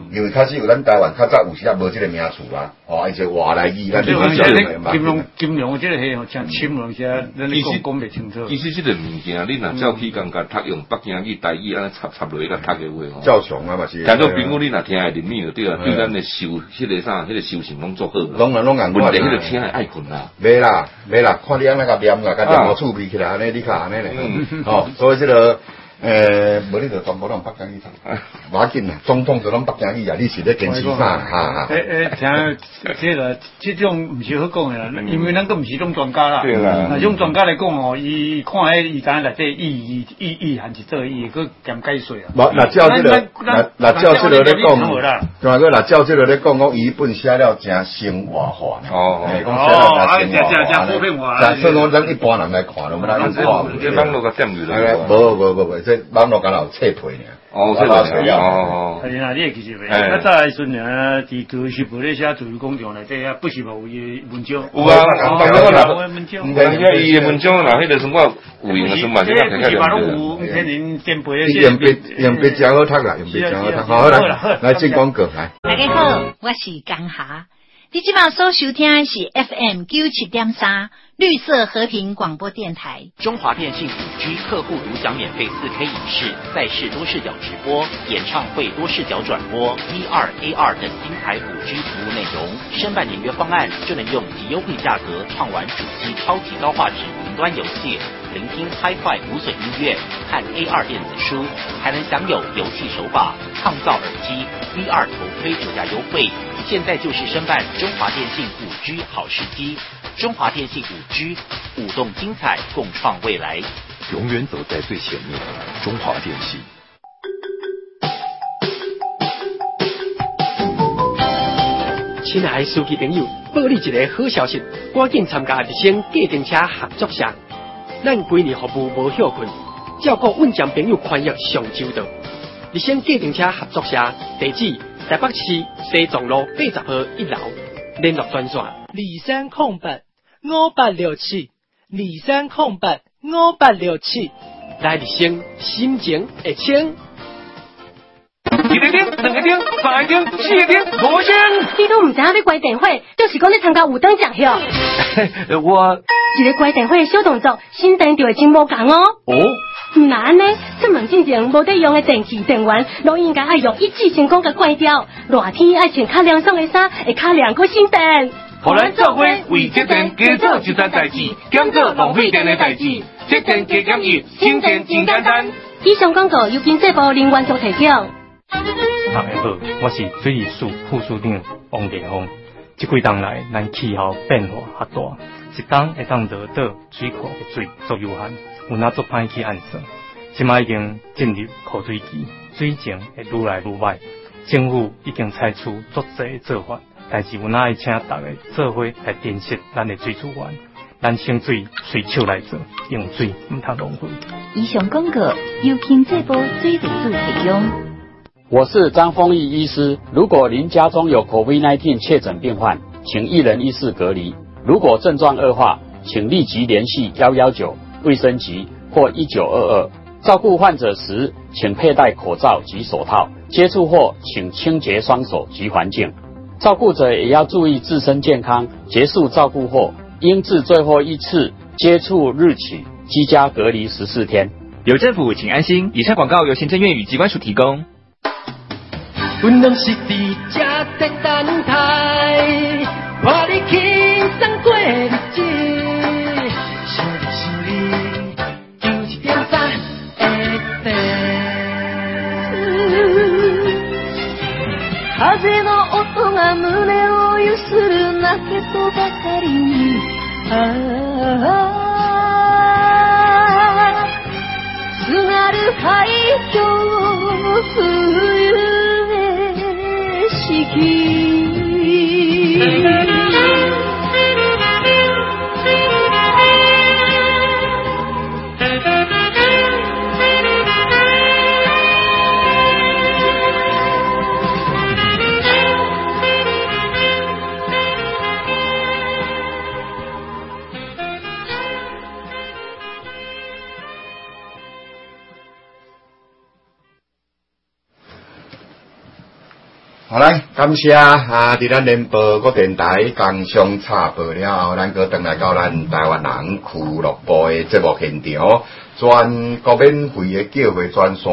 因为开始有咱台湾较早有时啊无即个名词啊，而且外来语咱就讲金融即个系像深入些，咱讲袂清楚。 其实即个物件，你若照起感觉读用北京语、台语安尼插落去甲读嘅话吼， 照常啊嘛是。 但个评估你若听会入耳就对啊，对咱的修迄个啥，迄个修行拢做好。 拢眼看。 问题迄个听爱困啦。 袂啦，看你安那个念啦，甲念好趣味起来安尼，你看安尼咧。所以即个。无你就全部拢北京语读，无要紧啦，总统就拢北京语啊，你是咧坚持啥？哈。 听这个这种毋是好讲诶啦，因为咱都毋是种专家啦。 对啦。 那种专家来讲哦，伊看迄语言内底意涵是做伊个兼解说啊。 那照这个，那照这个咧讲，仲有个那照这个咧讲，讲伊本写了真生活化。 哦。 讲写了真普遍化。 但所以讲咱一般人来看，我们来看。 这网络个点语啦。 无。这网络敢若有册皮尔。 册皮哦。 係啊，你會記住未？啊，早時陣啊，啲舊時報咧寫自由工場內底啊，不是無伊文章。 有啊，文章。唔係，伊嘅文章嗱，迄個什麼有用嘅什麼， 即係不是話攏有五千年顛背嘅。 用筆真好讀啦，用筆真好讀。好來進廣告來。 大家好，我是江霞。你即馬所收聽的是 FM 97.3綠色和平廣播電台。 中華電信5G 客戶獨享免費4K 影視、賽事多視角直播、演唱會多視角轉播、VR、AR 等精彩5G 服務內容。申辦年約方案就能用極優惠價格暢玩主機超級高畫質雲端遊戲，聆聽 Hi-Fi 無損音樂，看 AR 電子書，還能享有遊戲手把、抗噪耳機、VR 頭盔折價優惠。現在就是申辦中華電信5G 好時機。中華電信5G，舞動精彩，共創未來， 永遠走在最前面。中華電信。 親愛的司機朋友，報你一個好消息，趕緊參加日升計程車合作社。咱規年服務無休困，照顧穩將朋友權益上周到。日升計程車合作社地址：台北市西藏路80號1樓，聯絡專線23085867，23085867，來日升心情會清。 1個點，2個點，3個點，4個點，5個點。 你都唔知影要關電火，就是講你參加有燈獎項。 我一個關電火的小動作，心情就會真無同哦。唔那安尼，出門之前無得用的電器電源，都應該愛用一次性工甲關掉。熱天愛穿較涼爽的衫，會較涼過心電。 互咱做伙為節電加做一件代志，減少浪費電的代志，節電加減熱，省電真簡單。 以上廣告由經濟部能源局提供。 大家好，我是水利署副署長王建峰。這幾冬來，咱氣候變化較大，一冬會當熱倒水庫的水足有限，有哪足歹去按算。即馬已經進入枯水期，水情會愈來愈歹。政府已經採取足濟做法，但是有哪會請大家做伙來珍惜咱的水資源，咱省水隨手來做，用水唔通浪費。 以上廣告由經濟部水利署提供。 我是張豐毅醫師。如果您家中有 COVID-19 確診病患，請一人一室隔離。如果症狀惡化，請立即聯繫119衛生局或1922。照顧患者時，請佩戴口罩及手套。接觸後，請清潔雙手及環境。照顧者也要注意自身健康。結束照顧後，應自最後一次接觸日起居家隔離14天。 有政府，請安心。以上廣告由行政院與機關署提供。 阮攏是佇這在等待，看你輕鬆過日子，想你91.3 FM。風の音が胸を揺する泣けとばかりに、津軽海峡冬四季。 好来，感谢伫咱联播各电台工商插播了后，咱个回来到咱台湾人俱乐部的节目现场，全国免费的叫货专线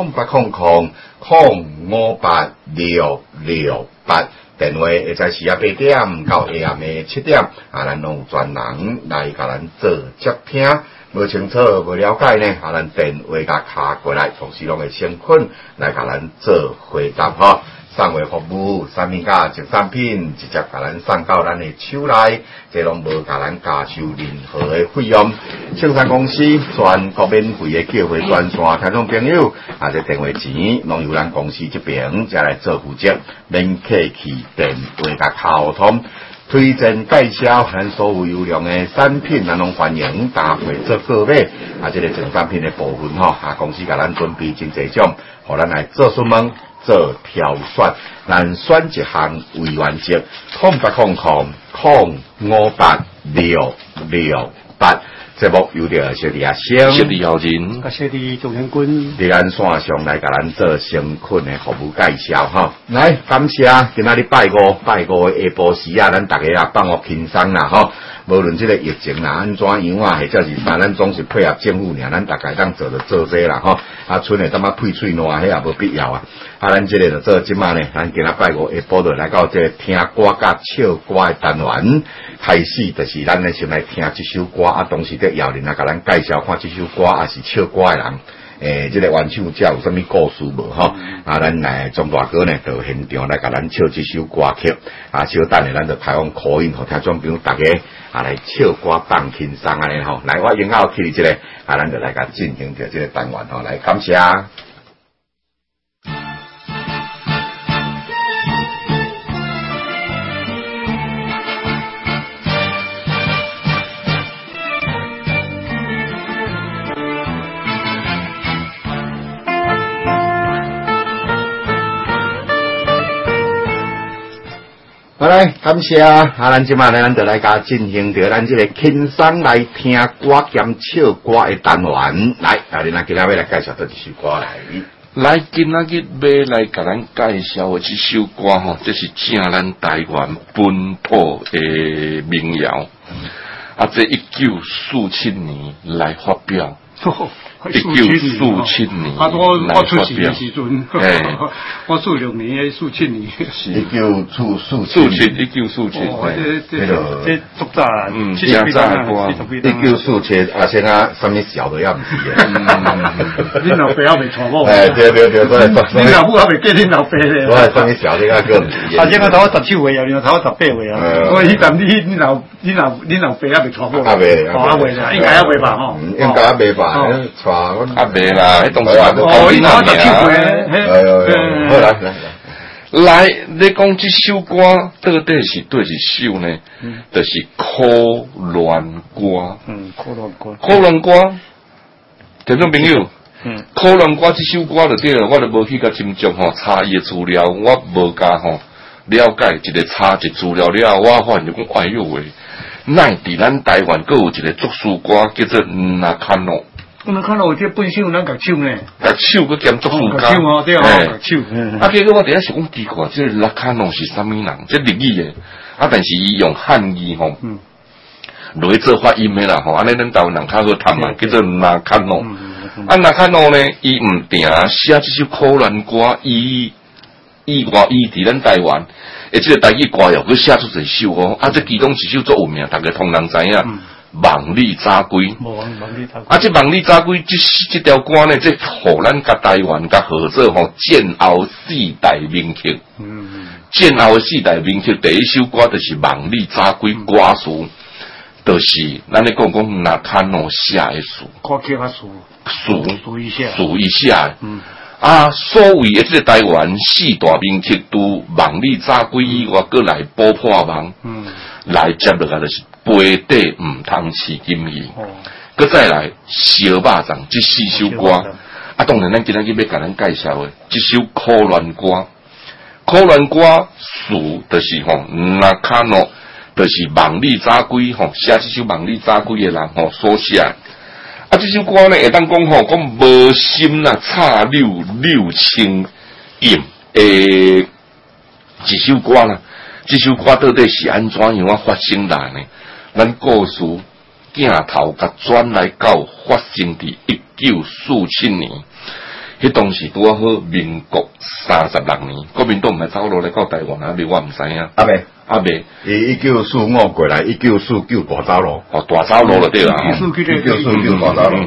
0800-058-668，电话会在时8点到下暗的7点，咱拢有专人来甲咱做接听。无清楚、无了解呢，咱电话甲卡过来，同时拢会先困来甲咱做回答吼。送货服务，产品甲集产品直接甲咱送到咱的手内，这拢无甲咱加收任何的费用。青山公司全国免费的叫货专线，听众朋友这电话钱拢由咱公司这边才来做负责，免客气电话甲沟通。推荐介绍咱所有优良的产品，咱拢欢迎搭配做购买。这个整产品的部分公司甲咱准备真侪种，互咱来做询问、做挑选。咱选一项为原则，0800-058-668。节目有着小弟阿星、 小弟姚人、 小弟钟元军， 伫咱线上来甲咱做相关的服务介绍哈。来，感谢今仔日拜五的下晡时咱大家放学轻松啦哈。无论这个疫情啦安怎样或者是啥，咱总是配合政府尔，咱大家当做这啦哈。剩的踮配喙烂，迄也无必要啊。咱这个就做即马呢，咱今仔拜五下晡就来到这个听歌甲唱歌的单元开始，就是咱咧先来听这首歌同时咧姚人甲咱介绍看这首歌是唱歌的人。这个原唱者有啥物故事无吼？咱来钟大哥呢，到现场来甲咱唱这首歌曲。稍等下咱就开放口音，互听众朋友大家来唱歌放轻松安尼吼。来，我应好起这个咱就来甲进行着这个单元吼，来感谢。好来，感谢咱即马咱就来甲进行着咱这个轻松来听歌兼唱歌的单元。来，你今仔要来介绍这首歌来。 来，今仔日要来甲咱介绍的这首歌吼，这是正咱台湾本土的民谣。这1947年来发表。1947年， 我出世的时阵，我46年，47年是1947， 这足早啦， 正早歌 ，1947先什么小的也唔是嘅， 恁老爸也未娶某， 对， 恁老母也未嫁恁老爸咧， 我什么小的个个唔是嘅， 现在头我17岁啊，然后头我18岁啊，我迄阵恁老爸也未娶某， 未啦，应该也未吧吼， 应该也未吧。 未啦，迄当时还哦，伊讲来，你讲这首歌到底是对一首呢？就是苦恋歌。苦恋歌，听众朋友，苦恋歌这首歌就对了，我就无去甲斟酌吼，查伊的资料，我无甲吼了解一个查一资料了，我发现就讲哎呦喂，乃伫咱台湾阁有一个作词歌叫做纳卡诺。 我们看到有这本身有咱甲唱呢， 甲唱佮兼作曲家， 唱对甲唱。 结果我第一是讲奇怪，这拉卡诺是啥物人？这日语的，但是伊用汉语吼，落去做发音的啦吼，安尼咱台湾人较好谈嘛，叫做拉卡诺。拉卡诺呢，伊毋定写这首苦恋歌，伊伫咱台湾，这个台语歌谣，佮写出一首哦，这其中一首作有名，大家通人知影。望你早归，这望你早归，这条歌呢，这互咱甲台湾甲合作吼，战后4大名曲。战后4大名曲第一首歌就是望你早归歌词，就是咱咧讲纳卡诺写的词， 歌曲啊数一下。所谓的这个台湾4大名曲，都望你早归以外，过来补破网，来接落来就是。杯底唔通饲金鱼，再来小肉粽这4首歌，当然咱今仔日要甲咱介绍的这首苦恋歌，苦恋歌词就是吼纳卡诺，就是望你早归吼，写这首望你早归的人吼所写。这首歌呢会当讲吼，讲无心啦，插柳千叶一首歌啦，这首歌到底是安怎样发生来呢？咱故事镜头甲转来到发生伫1947年，迄当时拄好民国36年，国民党毋系走落来到台湾啊？我毋知影。阿未 1945过来，1949大走路， 大走路就对啦。 1949大走路。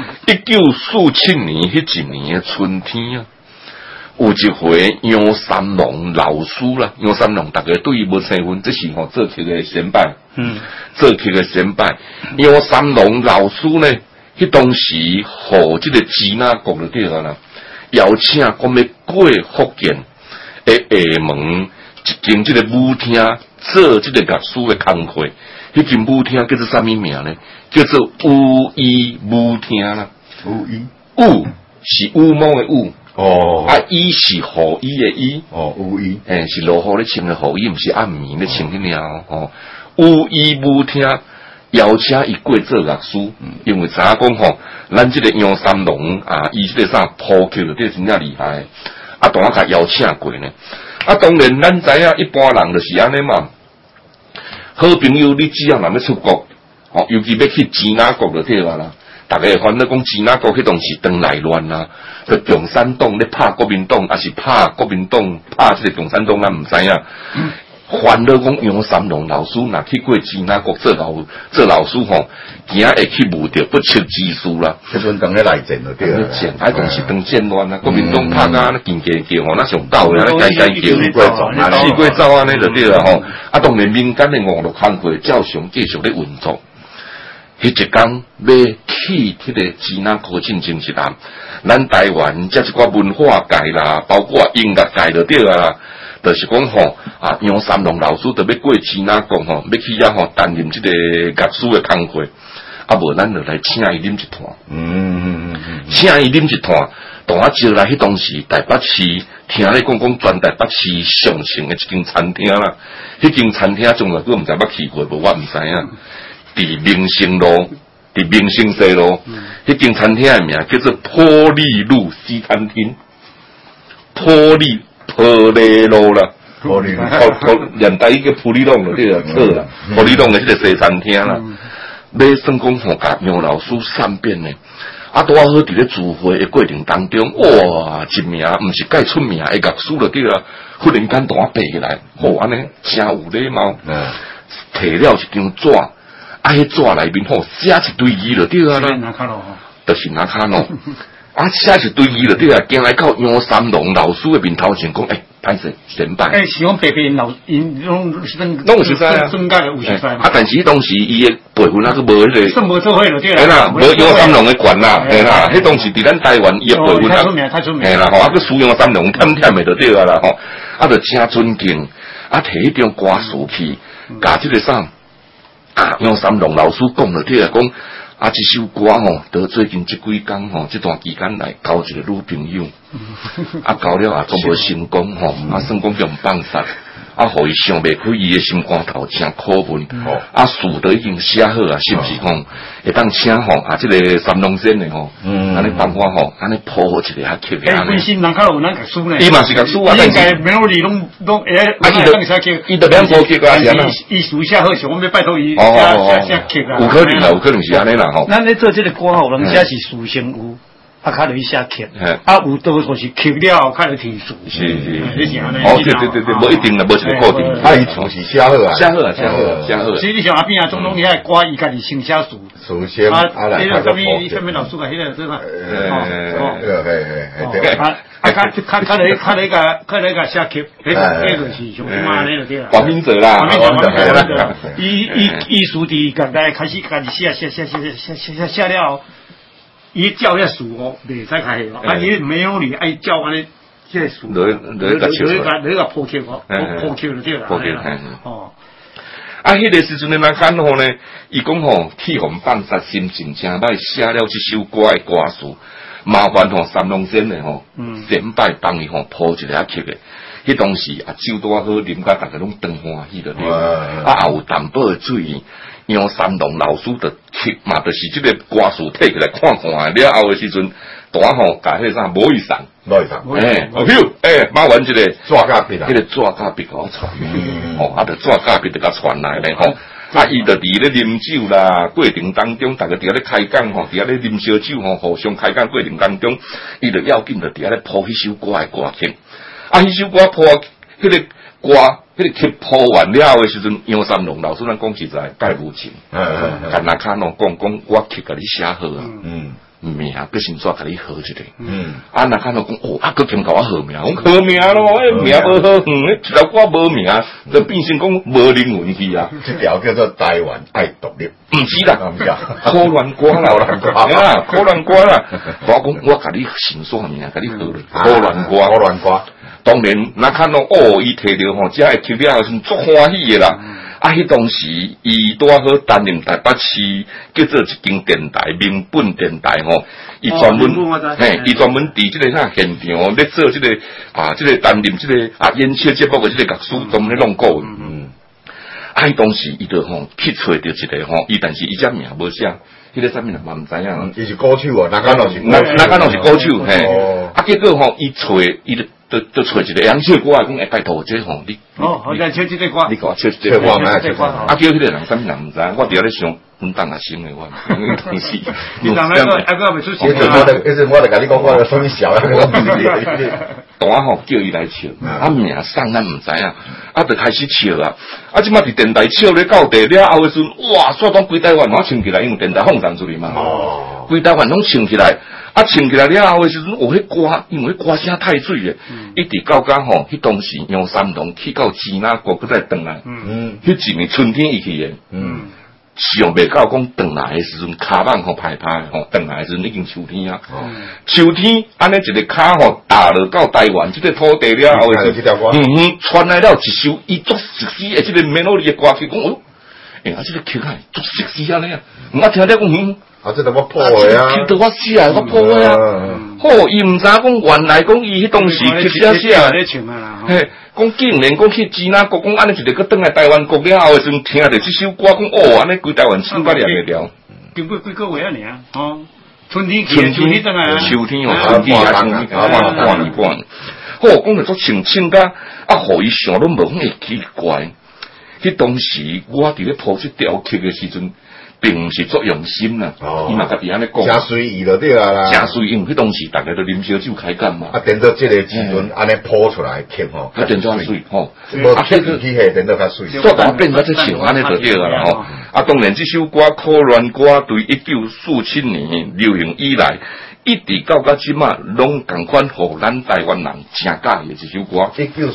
1947年迄一年的春天啊，有一回杨三郎老师啦，杨三郎大家对伊无生分，这是做曲的先辈。做曲的先辈，杨三郎老师呢，迄当时互这个支那国就对啦，邀请讲要过福建的厦门。一间这个舞厅做这个乐师的工课，迄间舞厅叫做啥物名呢？叫做乌衣舞厅啦。乌是乌毛的乌，衣是雨衣的衣， 乌衣， 是落雨咧穿的雨衣，毋是暗暝咧穿迄尔乌衣舞厅邀请伊过做乐师，因为知影讲咱这个杨三郎伊这个啥谱曲就真正厉害，当我甲邀请过呢。当然，咱知影一般人就是安尼嘛。好朋友，你只要若要出国，尤其要去支那国就对啦。大家会烦恼讲支那国迄当时当内乱啦，就共产党咧拍国民党，还是拍国民党拍这个共产党，咱毋知影。烦恼讲杨三郎老师若去过支那国做老师惊会去误着不测之事啦。 迄阵当咧内战就对啦， 还当时当战乱啊，国民党拍啊，那劲叫那上斗啊，那该叫四过走安尼就对啦当然民间的网络工会照常继续咧运作。迄一天要去迄个支那国进行一谈，咱台湾这一寡文化界啦，包括音乐界就对啦。就是讲杨三郎老师特要过支那国要去遐担任这个乐师的工课，无咱就来请伊啉一坛，请伊啉一坛，当我招来迄当时台北市听咧讲全台北市上城的一间餐厅啦，迄间餐厅从来都毋知捌去过，无我毋知影，伫民生路，伫民生西路，迄间餐厅的名叫做波利路西餐厅，波利路啦，连带一个普利弄的这个册啦，普利弄的这个西餐厅啦，要算讲甲杨老师善变呢。拄好伫咧聚会的过程当中，哇，一名毋是介出名的乐师就对啦，忽然间同我爬起来，安尼真有礼貌，摕了一张纸，迄纸内面写一堆字就对啦，就是拿卡咯。写一堆字就对啦，行来到杨三郎老师的面头前讲，歹势先拜。 是讲白因拢有实在啊， 中间有实在。 但是当时伊的辈分还佫无迄个， 算无做伙就对啦。啦，无杨三郎的权啦，啦，迄当时伫咱台湾伊的辈分太出名。 啦，佫输杨三郎忝忝的就对啦，就真尊敬，摕迄张歌词去，甲这个啥杨三郎老师讲就对啦，讲。这首歌到最近这几天这段期间来交一个女朋友，交了都无成功算讲用放杀，互伊想袂开伊的心肝头真可问，词都已经写好是不是会当请这个三龙仙的安尼帮我安尼谱好一个曲的。本身人较有咱个书呢， 伊嘛是个书但是 melody 拢伊就两部曲伊书写好，想我要拜托伊写曲有可能是安尼啦咱咧做这个歌有人写是书先有。较容易写曲，有多数是曲了，较容易填词。 是， 对， 无一定啦，无一个固定。 伊从是写好啊。 实际上阿边总统遐个歌，伊家己先写词。 词先来他个谱。什么老师个迄个对吧？较那个写曲，迄就是像妈那个对啦。 王明哲啦， 伊书伫家己开始家己写了。伊照遐数袂使开伊没有你爱照安尼这数，你个破曲破曲就对啦。 迄个时阵的那看呢，伊讲气风放杀，心情真歹，写了这首歌的歌词，麻烦三龙仙的先拜帮伊谱一个曲的。迄当时酒拄好啉甲大家拢当欢喜了，也有淡薄的水。杨三郎老师的曲嘛，就是这个歌词摕起来看了后的时阵， 大吼，甲迄啥摸一上，马完一个纸甲笔啊， 迄个纸甲笔甲我传，就纸甲笔就甲传来咧吼。伊就伫咧啉酒啦，过程当中，大家伫咧开讲吼，伫咧啉烧酒吼，互相开讲过程当中，伊就要紧就伫咧谱迄首歌诶歌曲。迄首歌谱迄个歌，迄个曲谱完了诶时阵，杨三龙老师咱讲实在，介无情，干那卡喏讲我曲甲你写好啊。名必先煞甲你好一个，那看到讲佮添甲我好名，我好名咯，名无好，一条歌无名，就变成讲无灵魂去啊。 这条叫做台湾爱独立， 唔是啦，苦乱歌啦，苦乱歌啦，我讲我甲你先煞名，甲你好咧，苦乱歌。当然，那看到伊摕着吼，这个曲了是足欢喜的啦。迄当时伊拄好担任台北市叫做一间电台，民本电台吼，伊专门伫即个现场咧做即个即个担任即个演唱节目嘅即个乐师，专门咧弄歌。迄当时伊就吼去找着一个吼，但是伊只名无写，迄个啥物嘛毋知影。 伊是歌手啊，哪敢若是歌手嘿。结果吼伊找伊就找一个人唱歌，讲拜托这吼你。 好在唱这个歌。 你甲我唱这个歌嘛？叫迄个人啥物人毋知，我伫咧想，阮当下生诶我，当时。 你当那个未出现。 一直我就甲你讲，我有啥物笑啊？ 大吼叫伊来唱，名送咱毋知影，就开始唱啊！即马伫电台唱咧到地了后诶时阵，哇！煞当规台湾拢唱起来，因为电台放送出去嘛。规台湾拢唱起来。唱起来了后诶时阵，迄歌，因为迄歌声太水诶，一直到吼，迄当时杨三龙去到支那国，佮再转来，迄一年春天伊去诶，想袂到讲转来诶时阵，骹板吼歹吼，转来诶时阵已经秋天啊，秋天安尼一个骹吼打落到台湾即个土地了后诶时阵，传来了一首伊足熟悉诶即个美罗里诶歌曲，讲即个曲啊足熟悉安尼啊，我听了讲这都我破的啊！ 就我写的，我破的啊！好，伊毋知讲原来讲伊迄当时曲写嘿，讲竟然讲去支那国，讲安尼一个佮转来台湾国了后诶时阵，听着即首歌，讲安尼规台湾唱甲了了。 经过几个月啊，春天转来， 秋天春天啊，半年。好，讲着足唱甲互伊想拢无会奇怪。迄当时我伫咧谱即条曲诶时阵。并毋是作用心啦，伊嘛家己安尼讲， 真随意就对啦， 真随意，因为迄当时大家都啉烧酒开讲嘛， 等到即个时阵安尼谱出来曲吼， 变做水吼， 无曲起下变到较水， 煞当变到即唱安尼就对啦吼。当然即首歌苦乱歌对1947年流行以来，一直到即马拢共款，互咱台湾人真喜欢一首歌。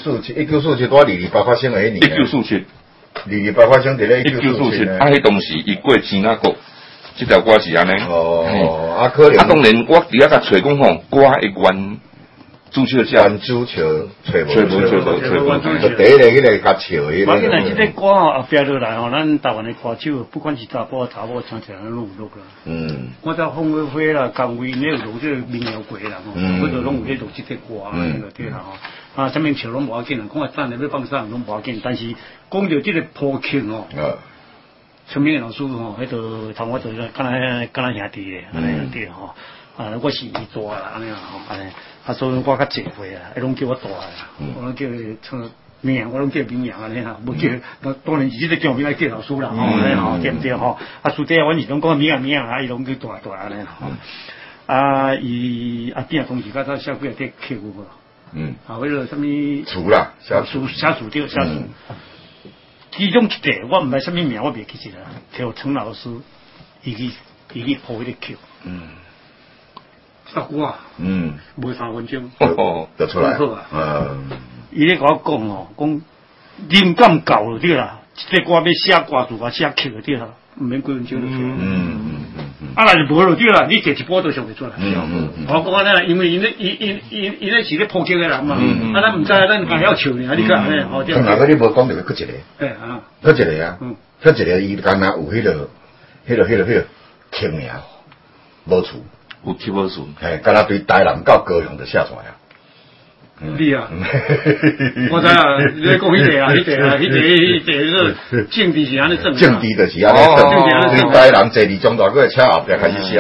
1947多228发生诶迄年。228发生伫咧 1947，迄当时伊过支那国，即条歌是安尼。 可能。 当然，我伫遐甲找讲吼，歌诶原主唱原主唱找无，就第一个迄个甲唱迄个。 我今日即个歌后壁落来吼，咱台湾诶歌手，不管是查甫唱起来拢有录啦。我在凤尾花啦、江威咧有录即个民谣过啦吼，嗰度拢有咧录即个歌啊，迄个对啦吼。啥物唱拢无要紧啦，讲等下要放啥拢无要紧，但是讲到即个谱曲吼，陈明老师吼，迄度同我做敢若兄弟咧，安尼对吼。我是伊大啦，安尼吼，安尼，所以我较济岁啊，拢叫我大啦，我拢叫唱名，我拢叫名扬安尼哈，无叫，当然是即个叫名来叫老师啦，安尼吼，对毋对吼？师弟阮是拢讲名扬，伊拢叫大安尼吼。伊边同时甲他写几个曲有无？为了啥物？ 厝啦， 写厝对，写厝。其中一个我毋知啥物名，我袂记起来，theo陈老师，伊去谱迄个曲。歌啊，无3分鐘， 就出來。 伊咧甲我講哦，講靈感夠就對啦，即個歌要寫歌詞啊，寫曲就對啦，毋免幾分鐘就出來。若是無就對啦，你摕一波都上袂出來。我講安尼，因為伊咧是咧譜曲嘅人嘛，咱毋知，咱硬曉唱呢，你看安尼，好啲。 嗱，你無講到去一個，去一個啊，去一個伊敢若有迄個曲名，無厝。 有去无顺， 敢若对台南到高雄就写出来啊！ 你啊，我知啊，你讲迄个政治是安尼正， 政治就是安尼正，对台南坐2种大个车后壁开始写。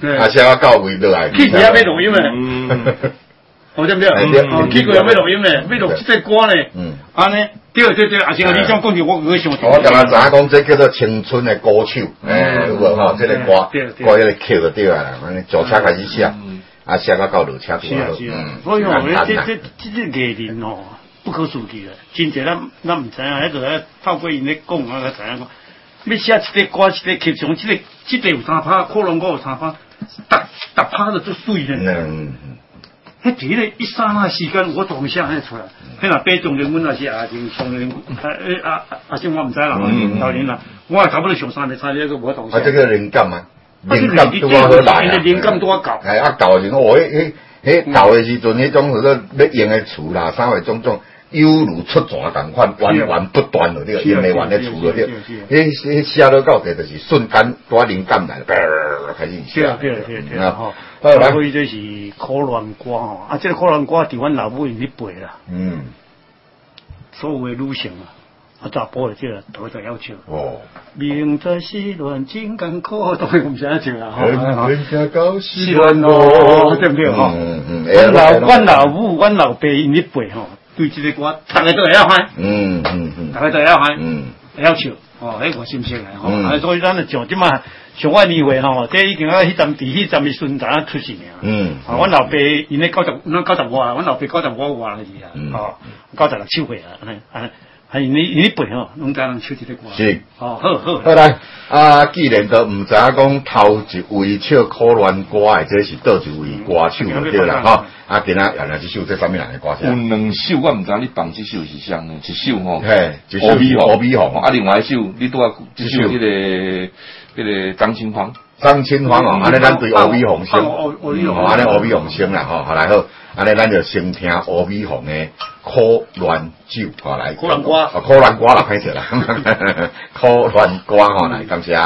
啊，写到到位落来。 去过要录音诶，好对不对？去过要录音诶，要录这歌呢。安尼，对，啊，像你讲讲句，我想。 我刚才知影讲，这叫做青春的歌手，有无吼？这个歌迄个曲就对啊，安尼坐车开始写，啊，写到落车是啊，所以哦，这个艺人哦，不可思议的，真正咱唔知影，迄个透过因咧讲啊，才知影讲。要写一个歌，一个曲上，这个有三拍，可能我有三拍，逐拍都足水咧。迄第个一刹那时间，我都唔写得出来。迄若北中人，阮也是阿定上人，阿正我唔知啦，当然啦，我差不多上3年差那个无同。 啊，这个灵感啊， 灵感多好来啊！灵感多搞。 哎，搞的时候，迄搞的时阵，迄种好多要用的词啦，啥话种。犹如出泉同款，源源不断了，这个因为完的出了，迄写到到底就是瞬间多灵感来，开始写。 对啊，所以这是可乱歌吼，啊，这个可乱歌伫阮老母因咧背啦。所有的女性啊，查甫的这个都在要求。明在西乱真艰苦，当然我唔知影唱啦。西乱咯，对不对吼？阮老母、阮老爸因咧背吼。对这个歌，大家都会晓嗨，大家都会晓嗨，会晓唱，迄我心声来吼，所以咱就像即马上海年会吼，这已经啊迄阵伫迄阵的孙仔出世尔，阮老爸因咧90外，阮老爸95外个是啊，96岁啊，因咧背吼，拢在人唱这个歌， 是， 好来啊，既然都唔知影讲头一位唱可乱歌的，这是倒一位歌手对啦吼。啊，今仔原来这首这啥物人的歌声？ 有2首，我唔知你放这首是啥呢？一首吼， 一首乌米红， 啊，另外一首你拄啊，这首迄个张清芳哦，安尼咱对乌米红先，安尼乌米红先啦吼，好来好，安尼咱就先听乌米红的可乱酒，好来， 可乱歌， 可乱歌啦，歹势啦，可乱歌吼，来感谢。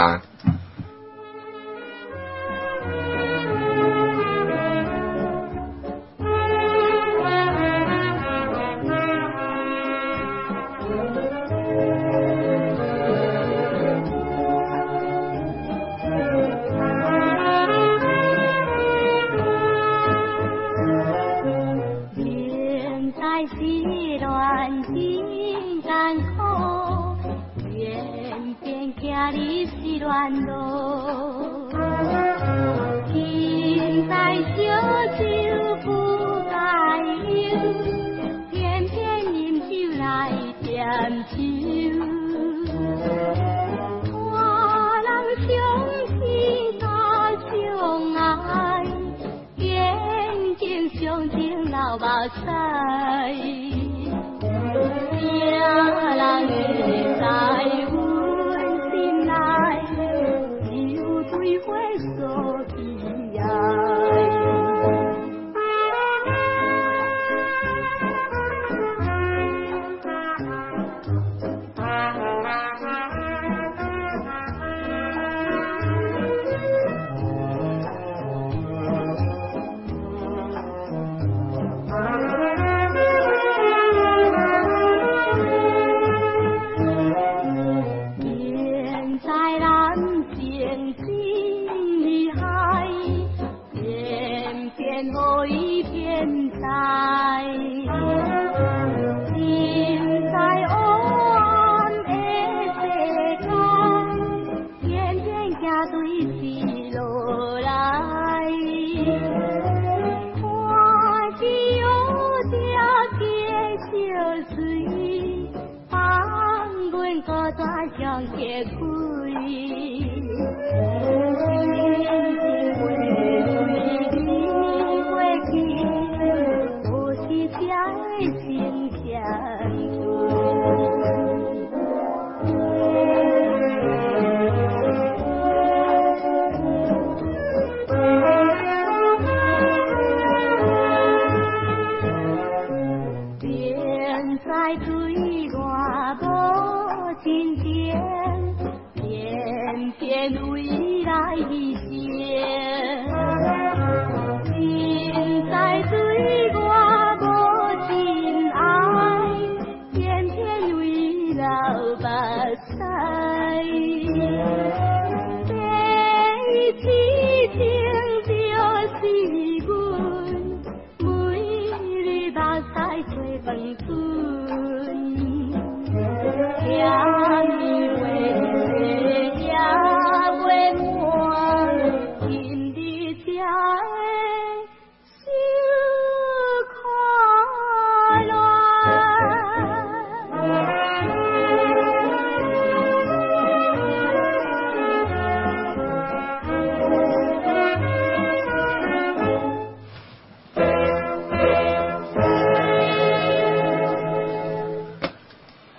第一次听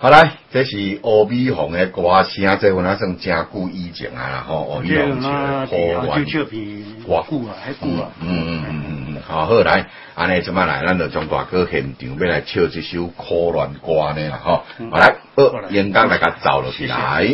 好来，这是欧米红的歌声，这我那算真久以前啊啦吼，欧米红唱的《好就片哇久啊，还久啊。 好来，安尼即摆来，咱就将大哥现场要来唱这首苦恋歌呢啦吼。好来，演讲来甲走落去来。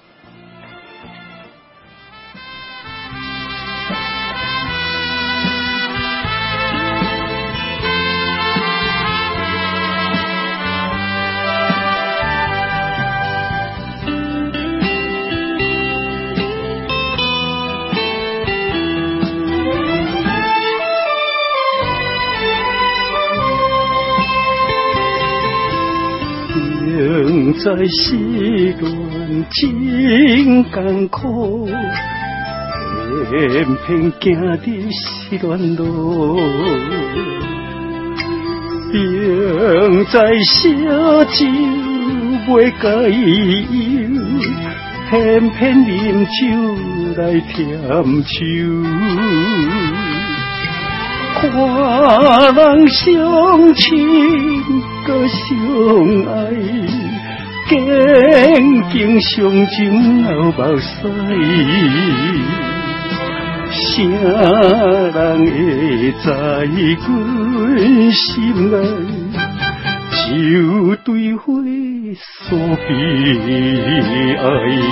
在失恋真艰苦，偏偏行伫失恋路。并在小酒袂解忧，偏偏啉酒来添愁。看人相亲搁相爱。经经上情流目屎，啥人会知阮心内就对花所悲哀。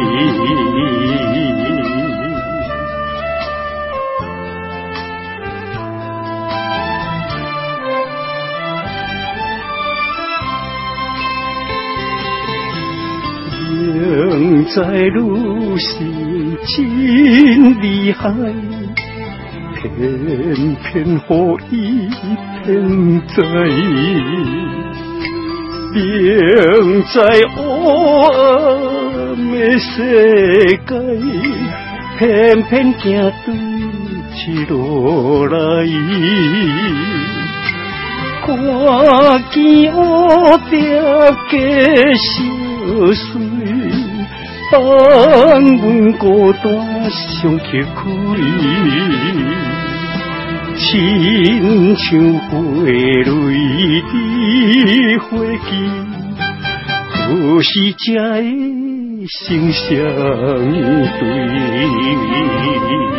现在愈是真厉害，偏偏予伊偏在，并在黑暗的世界，偏偏行对一路来。看见乌蝶加小水。当阮孤单上崎岖，亲像花蕊的花季，何时才会成相对？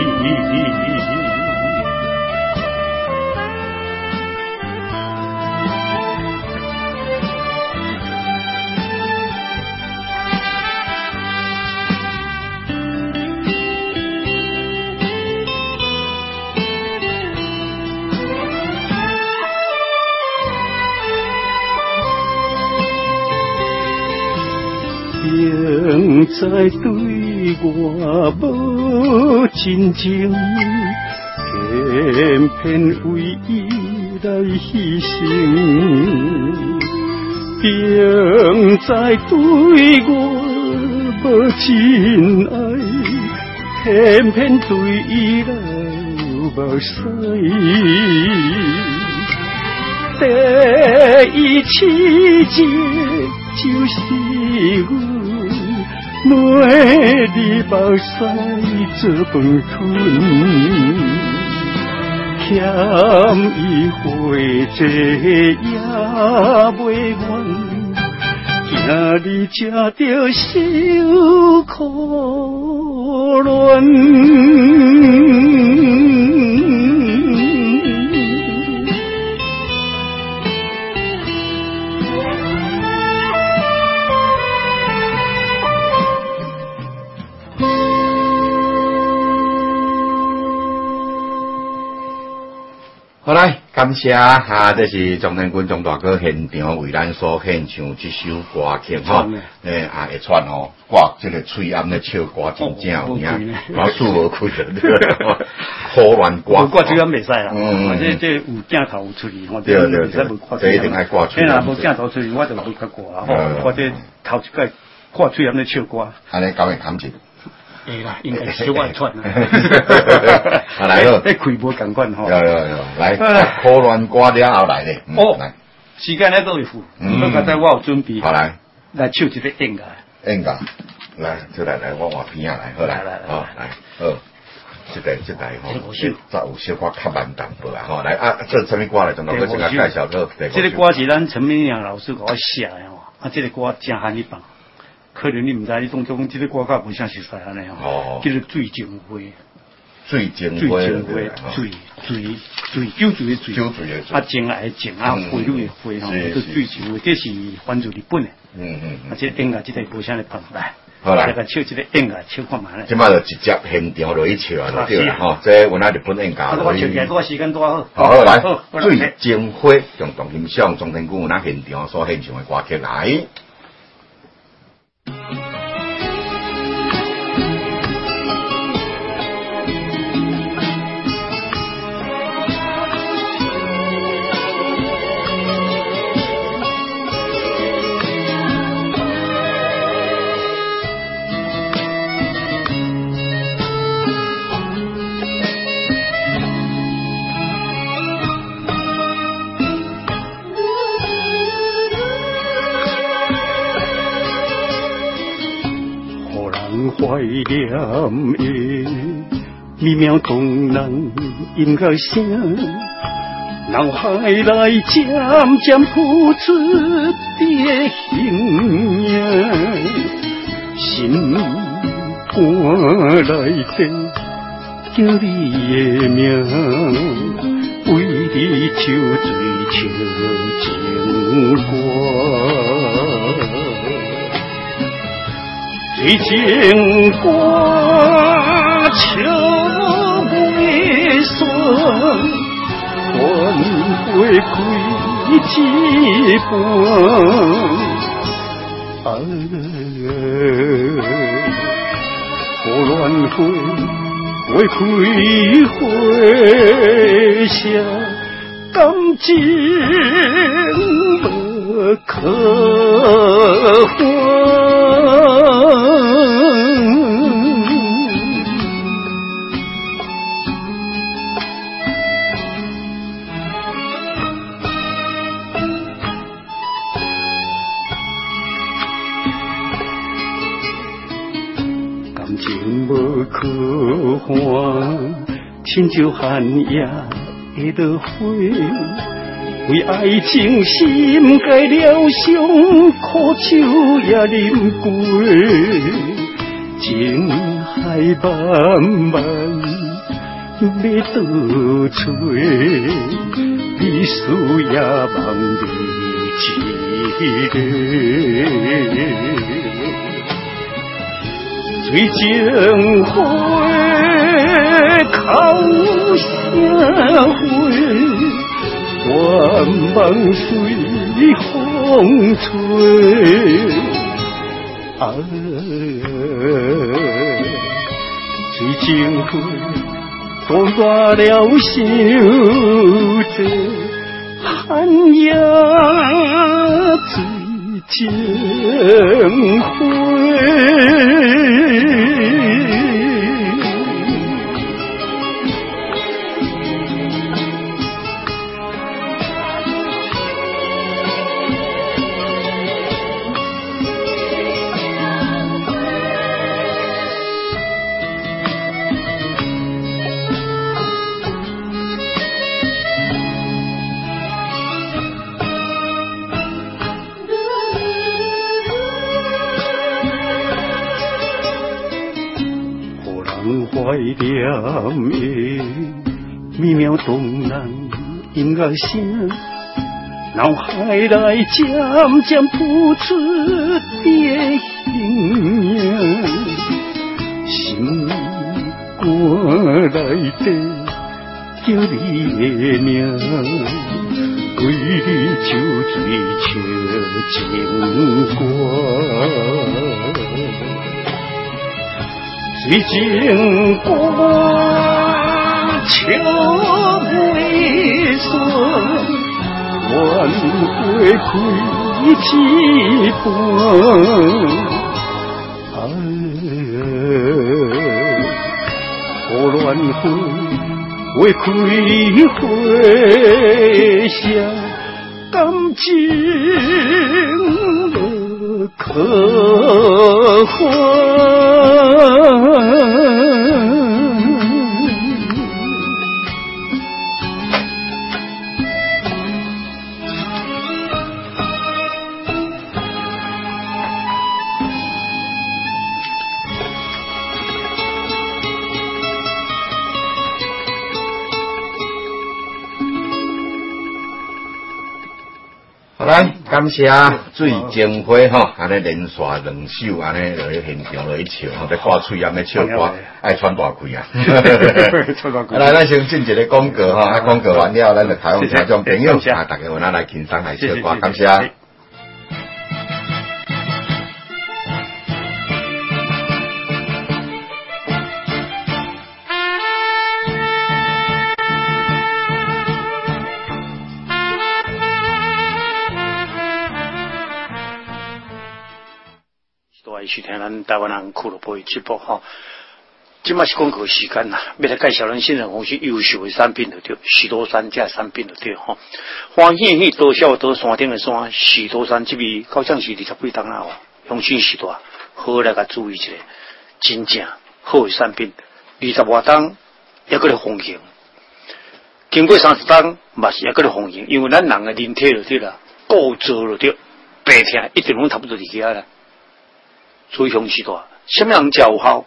在对我无真情，偏偏为伊来牺牲，并在对我无真爱，偏偏对伊流目屎。第一次节就是阮。买你目屎做饭吞，欠伊花债也袂完，今日吃着受苦恋。 好来，感谢哈，这是中天军中大哥现场为咱所献唱这首歌曲吼，会串吼，挂这个嘴暗咧唱歌真正有影，老鼠无开了，苦恋歌， 挂嘴暗袂使啦，这有镜头出去，我对，这一定爱挂嘴暗。若无镜头出去，我就无甲挂啦，吼，或者头一摆挂嘴暗咧唱歌， 安尼搞会感情。 会啦，应该小外串啦。 啊来咯， 你开无共款吼。 有，来，苦恋歌了后来咧。 来，时间咧都会付，我觉得我有准备。 好来唱一个演歌。 演歌，来，出来，我换边啊来，好来，好来，好，这台吼，再有小可较慢淡薄啊，吼，来啊，这什么歌来？从哪个先介绍个？ 这个歌是咱陈明阳老师给我写的吼。 这个歌真罕你放，可能你唔知，你当作讲这个歌较无啥熟悉安尼吼。叫做水晶花。 水晶花， 水酒水的水，精来的精花蕊的花吼，都水晶花，这是翻自日本的。这音乐这个无啥来放来。好啦，这个唱这个音乐唱看嘛咧。 即马就直接现场落去唱啊，对啦吼。这阮那日本音乐。 我唱起来，我时间多好。 好来，水晶花，共同欣赏中天宫那现场所献唱的歌曲来。 怀念的美妙动人音乐声，脑海内渐渐浮出你的形影，心肝内底叫你的名，为你唱水唱情歌。水晶歌笑袂酸，愿会开一半。好乱花会开花谢，感情无可还。感情无可还，亲像寒夜的落花，为爱情心改了伤，苦酒也饮过，情海漫漫要倒找，你思也望你一个。水晶花口声花，愿望随风吹。水晶花断断了伤这寒夜水晶花。怀念的美妙动人音乐声，脑海内渐渐浮出你的形影，心肝内底叫你的名，为你酒醉唱情歌。水晶歌笑袂酸，愿会开一半。好乱花会开花谢，感情无可还。 好来，感谢水晶花吼，安尼连续2首安尼落去现场落去唱，吼，在挂嘴音咧唱歌，爱喘大气啊！来，咱先进一个广告吼，广告完了，咱就开放听众朋友大家有哪来轻松来唱歌，感谢。 是听咱台湾人俱乐部的节目吼，即马是广告时间啦，要来介绍咱新人公司优秀的产品就对，许多山这产品就对吼。欢喜喜多少多山顶的山，许多山这边到像是20几档啦哦，用心时代好来甲注意一下，真正好的产品，20多档也搁咧风行，经过30档嘛是也搁咧风行，因为咱人的人体就对啦，构造就对，白天一定拢差不多伫遐啦。所以雄时代，什么人食有效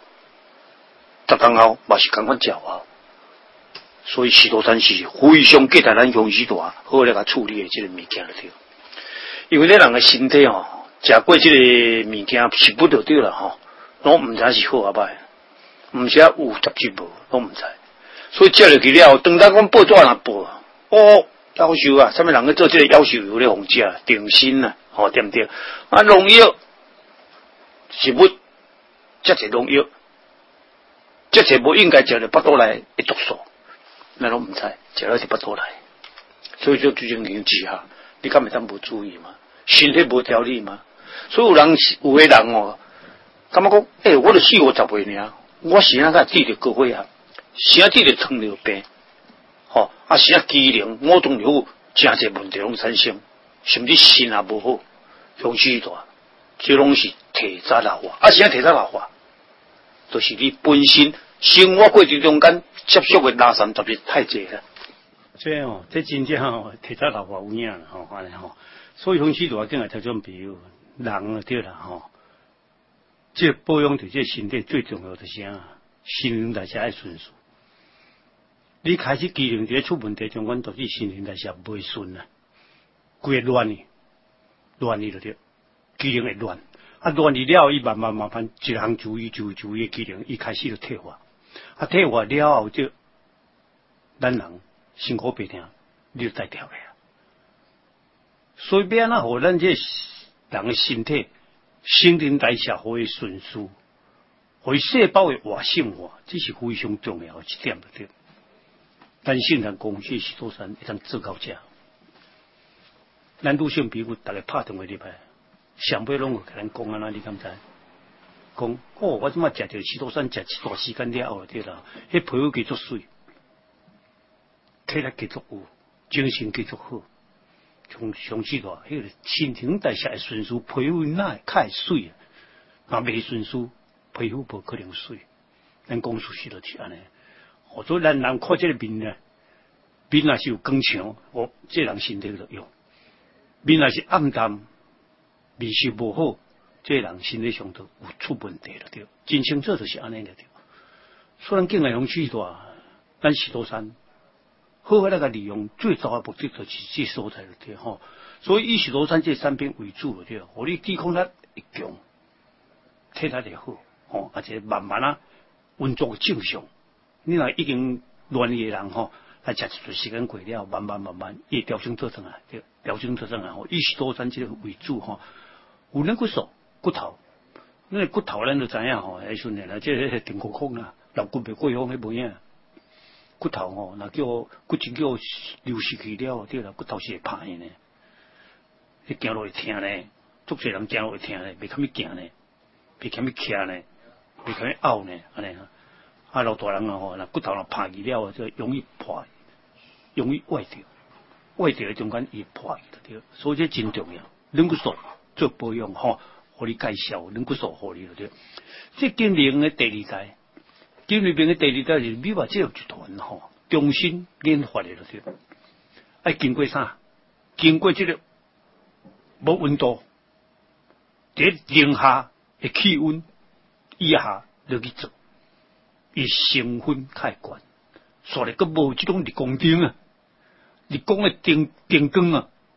，10档后嘛是共款食有效。所以许多山是非常给咱雄时代好来甲处理的这个物件了对。因为咱人的身体哦，食过这个物件是不得对了吼，拢唔知是好啊歹，唔是有杂质无，拢唔知。所以食落去了，当咱讲报纸若报，哦，夭寿啊，什么人去做这个夭寿油咧，红食定心啊，吼对不对？啊，农药。食物，这些农药，这些不应该食到巴肚内的毒素，咱拢唔知，食到是巴肚内，所以就最近研究下，你敢会当无注意嘛？身体无调理嘛？所以有的人哦，感觉讲，我就40-50岁尔，我是啊甲治着高血压，是啊治着糖尿病，吼，啊是啊机能我动了真侪问题拢产生，甚至心也无好，雄时大。这拢是体质老化，啊，啥体质老化？就是你本身生活过程中间接触的垃圾杂质太侪了。所以哦，这真正哦，体质老化有影啦，吼，安尼吼。所以雄时大定来调种比如人对啦，吼。这保养对这身体最重要的是啥？新陈代谢爱顺速。你开始机能在出问题，中间导致新陈代谢袂顺啊，规乱去就对。机能会乱，啊乱去了，伊慢慢一项注意的机能，伊开始就退化，啊退化了后就，咱人辛苦白听，你就再调来啊。所以要安怎互咱这人的身体新陈代谢会顺序，会细胞的活性化，这是非常重要的一点就对。咱新人公司许多山会当做到这，咱女性比如大家拍电话入来。上尾拢会甲咱讲啊，你敢知？讲哦，我即马食着许多山，食一段时间了后对啦，迄皮肤继续水，体力继续有，精神继续好，上时代迄个新陈代谢的顺序，皮肤哪较会水啊？若未顺序，皮肤无可能水。咱讲出去就是安尼。所以咱人看这个面呢，面若是有光强，这人身体就用；面若是暗淡。味受无好，这人身体上都有出问题了对，真清楚就是安尼了对。虽然境内雄时大，咱许多山好好那个利用最早的目的就是这所在了对吼。所以以许多山这产品为主了对，互你抵抗力会强，体力会好，吼，而且慢慢啊运作正常。你若已经乱的人吼，来食一段时间过了，慢慢伊调整做上来，对，调整做上来吼，以许多山这个为主吼。有咱骨头，那个骨头咱就知影吼，迄阵呢，这定骨空啦，老骨袂过风迄无影。骨头吼，若叫骨质叫流失去了，对啦，骨头是会歹呢。你行路会疼呢，足侪人行路会疼呢，袂堪去行呢，袂堪去徛呢，袂堪去拗呢，安尼啊，老大人啊吼，若骨头若歹去了，就容易破，容易歪掉，歪掉中间伊破去对，所以这真重要，软骨素。做保养吼，互你介绍，恁骨素互你对。这经历的第二代，经历病的第二代是你话这有一团吼，重新研发的对。爱经过啥？经过这个无温度，在零下的气温以下落去做，伊成分太悬，所以佮无这种日光灯啊，日光的灯光啊。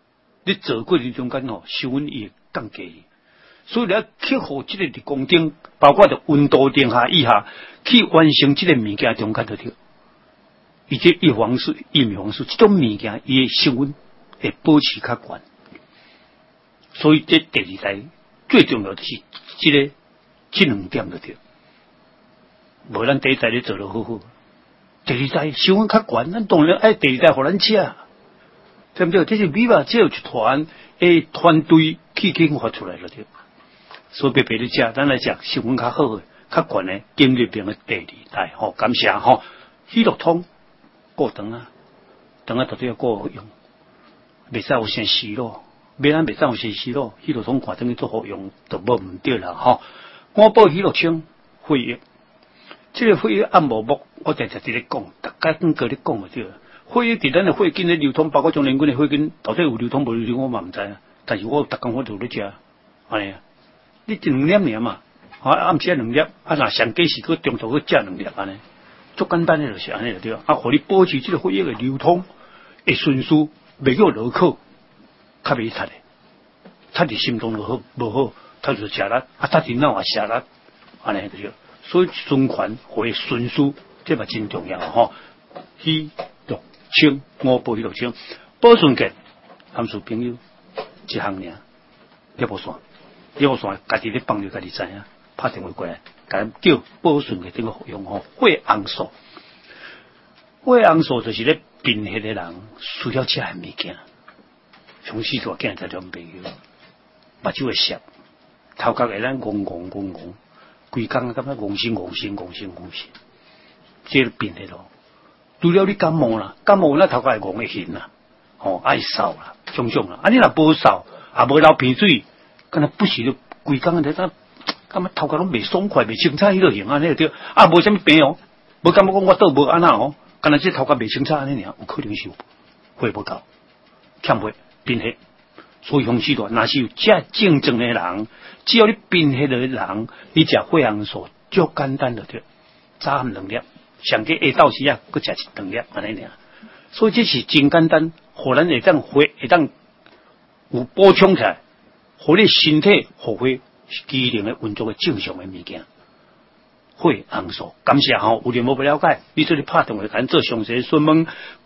你做过程中间吼，收温也降低，所以你要克服这个日光灯，包括着温度定下以下，去完成这个物件中间就对。而且叶黄素、叶米黄素这种物件，伊的收温会保持较悬。所以这第二代最重要的是这两点就对。无咱第一代咧做得好好，第二代收温较悬，咱当然爱第二代互咱吃。对不对？这是美国只有一团团队去发出来了对。所以别的食，咱来食收温较好的、较悬的经历病的第二代吼，感谢吼。喜乐通过长啊，长啊绝对要过用，袂使有先死咯，咱袂使有先死咯。喜乐通看等于做好用，就无唔对啦吼。我报喜乐清血液，这个血液按摩目，我常常伫咧讲，大家跟个咧讲就对了。血液伫咱的血筋咧流通，包括中年军的血筋，到底有流通无流通，我嘛唔知啊。但是我逐工我都咧食，安尼啊，你一2粒尔嘛，暗时2粒，若上计时去中途去食2粒安尼，足简单的就是安尼就对啊。互你保持这个血液的流通，会顺序，袂叫落口，较袂塌的，塌伫心脏就好，无好，塌就食力，塌伫脑也食力，安尼就对。所以循环会顺序，这嘛真重要吼。喜乐清，我报喜乐清，保顺健，含属朋友一项尔，叶无线，家己咧放着，家己知影，拍电话过来，甲叫保顺健这个服用吼，血红素，血红素就是咧贫血的人需要吃的物件，从细大囝才种朋友，目睭会涩，头壳会咱戆，规工感觉戆心，这个贫血咯。除了你感冒啦，感冒那头壳会戆会痕啦，爱扫啦，种啦。你若无扫，也无流鼻水，敢若不时就规工在那，感觉头壳拢袂爽快，袂清楚迄落型安尼对。无啥物病哦，无感觉讲我倒无安那哦，敢若这头壳袂清楚安尼尔，有可能是血无够，欠血贫血。所以雄时代，若是有这症状的人，只要你贫血的人，你食血红素足简单就对，早暗2粒。上计下昼时啊，佮食1、2粒安尼尔，所以这是真简单，互咱会当血会当有补充起来，互你身体互血机能的运作的正常的物件。血红素，感谢吼，有任何不了解，你做你拍电话甲咱做详细询问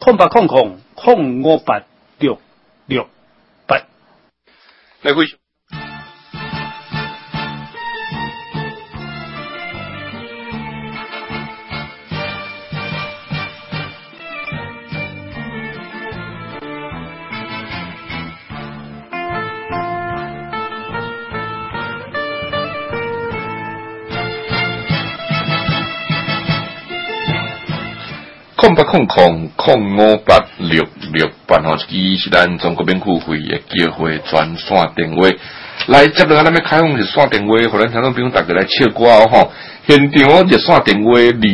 ，0800-058-668。 来回。0800-058-668吼，这是咱中国免付费的机会专线电话。来，接落来咱要开放热线电话，互咱听众朋友大家来唱歌哦吼。现场热线电话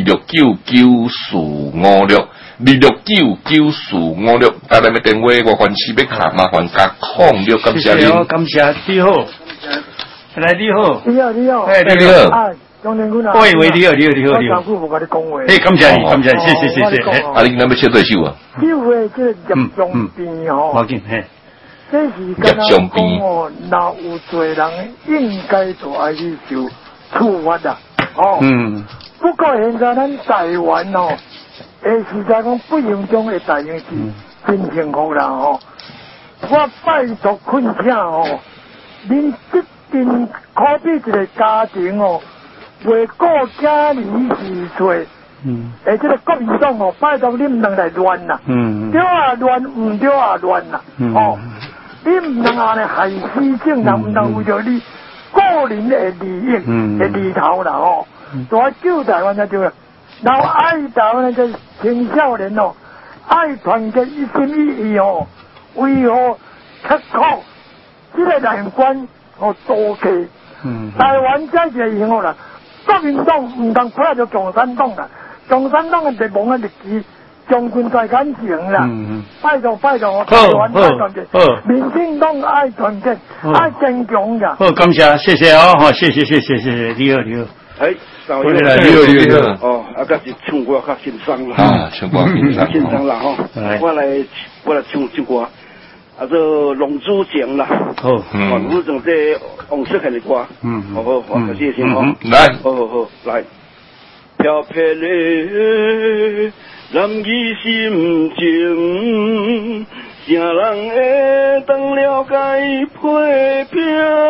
2699456，2699456，大家的电话我凡事要卡麻烦加06，感谢你。 感谢你好，来你好， 你好， 你好。 中年军啊！ 喂，你好。 我长久无甲你讲话。 感谢你，谢谢。 你今日要唱对首啊？ 这回这入江边吼， 冇紧嘿。 这是敢若讲哦，若有侪人应该就爱去受处罚啦，不过现在咱台湾哦，实在讲不用中的大英是真幸福啦吼。我拜托困请哦，恁这阵可比一个家庭哦。为顾家里是做，这个国民党哦，拜托你唔能来乱啦，对啊乱，唔对啊乱啦，你唔能安尼害死政人，唔能为着你个人的利益的利头啦吼，大救台湾就对了，然后爱台湾的青少年哦，爱团结一心一意哦，为何克服这个难关哦，多起，台湾真是幸福啦。国民党唔通配合着共产党啦，共产党嘅地方嘅日子，将军在干情啦。拜托，台湾爱团结，民进党爱团结，爱坚强噶。 好，感谢，谢谢哦，谢谢，你好。 哎， 你好。 甲是唱歌较欣赏啦。 唱歌欣赏啦吼。我来唱一歌。 做龙珠情啦。 好， 龙珠情这王适贤的歌。好，我开始先讲。 来， 好，来。飘撇的男儿心情，啥人会当了解批评？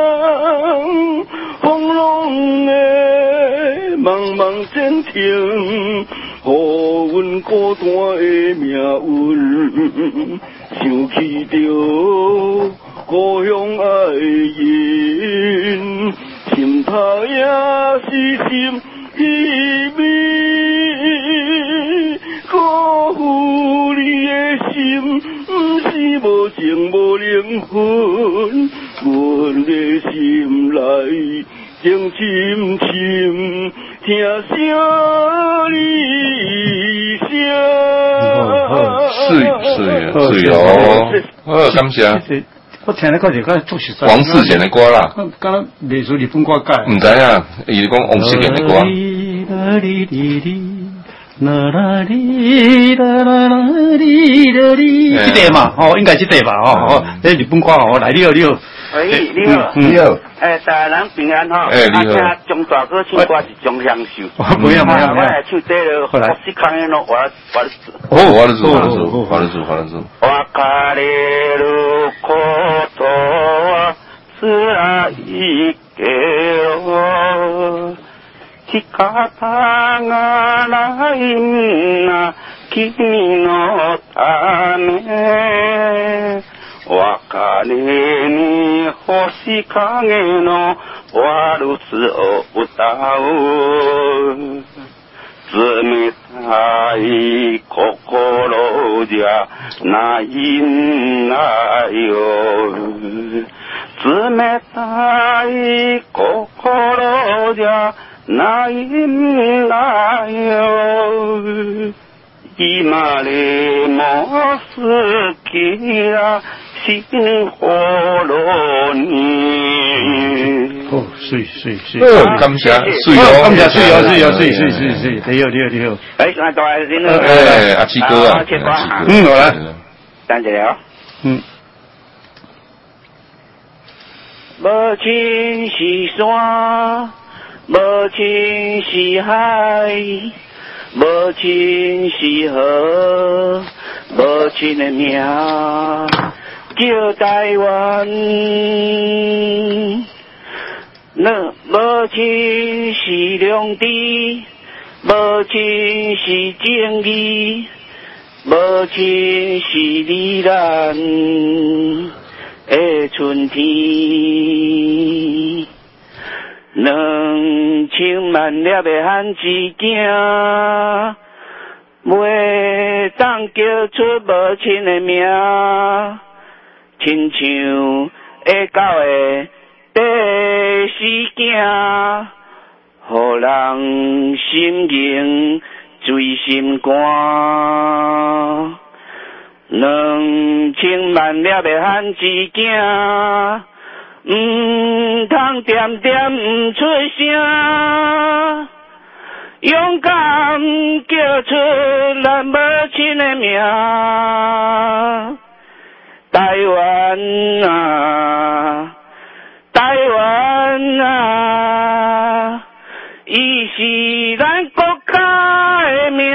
风浪的茫茫前程，予阮孤单的命运，想起着故乡爱人，心头也是心。依偎，辜负你的心，不是无情无灵魂，阮的心内正深深听声你声。 是哦，感谢。 我听那个就讲足实在。 王世贤的歌啦。 刚历史日本歌改。 唔知啊，伊讲王世贤的歌。 这个嘛，应该这个吧，这日本歌来你好。 你好。大家人平安哈。 你好。 中大哥唱歌是中享受。 不要。 我来唱这个，我是看的咯， 我的主。 わかれることは辛いけど仕方がないな君のため別れに星影のワルツを歌う冷たい心じゃないんだよ冷たい心じゃないんだよ今でも好きな心幌に感谢，水哦， 你好。 那多谢您阿七哥啊， 好来， 等一下。无情是山，无情是海，无情是河，无情的名叫台湾。无情是良知，无情是正义，无情是你咱的春天。2000万粒的汉字囝，袂当叫出无亲的名，亲像会狗的第四囝，予人心凝醉心肝。2000万粒的汉字囝，通点点唔出声，勇敢叫出咱无亲的名。台湾啊，台湾啊，伊是咱国家的名。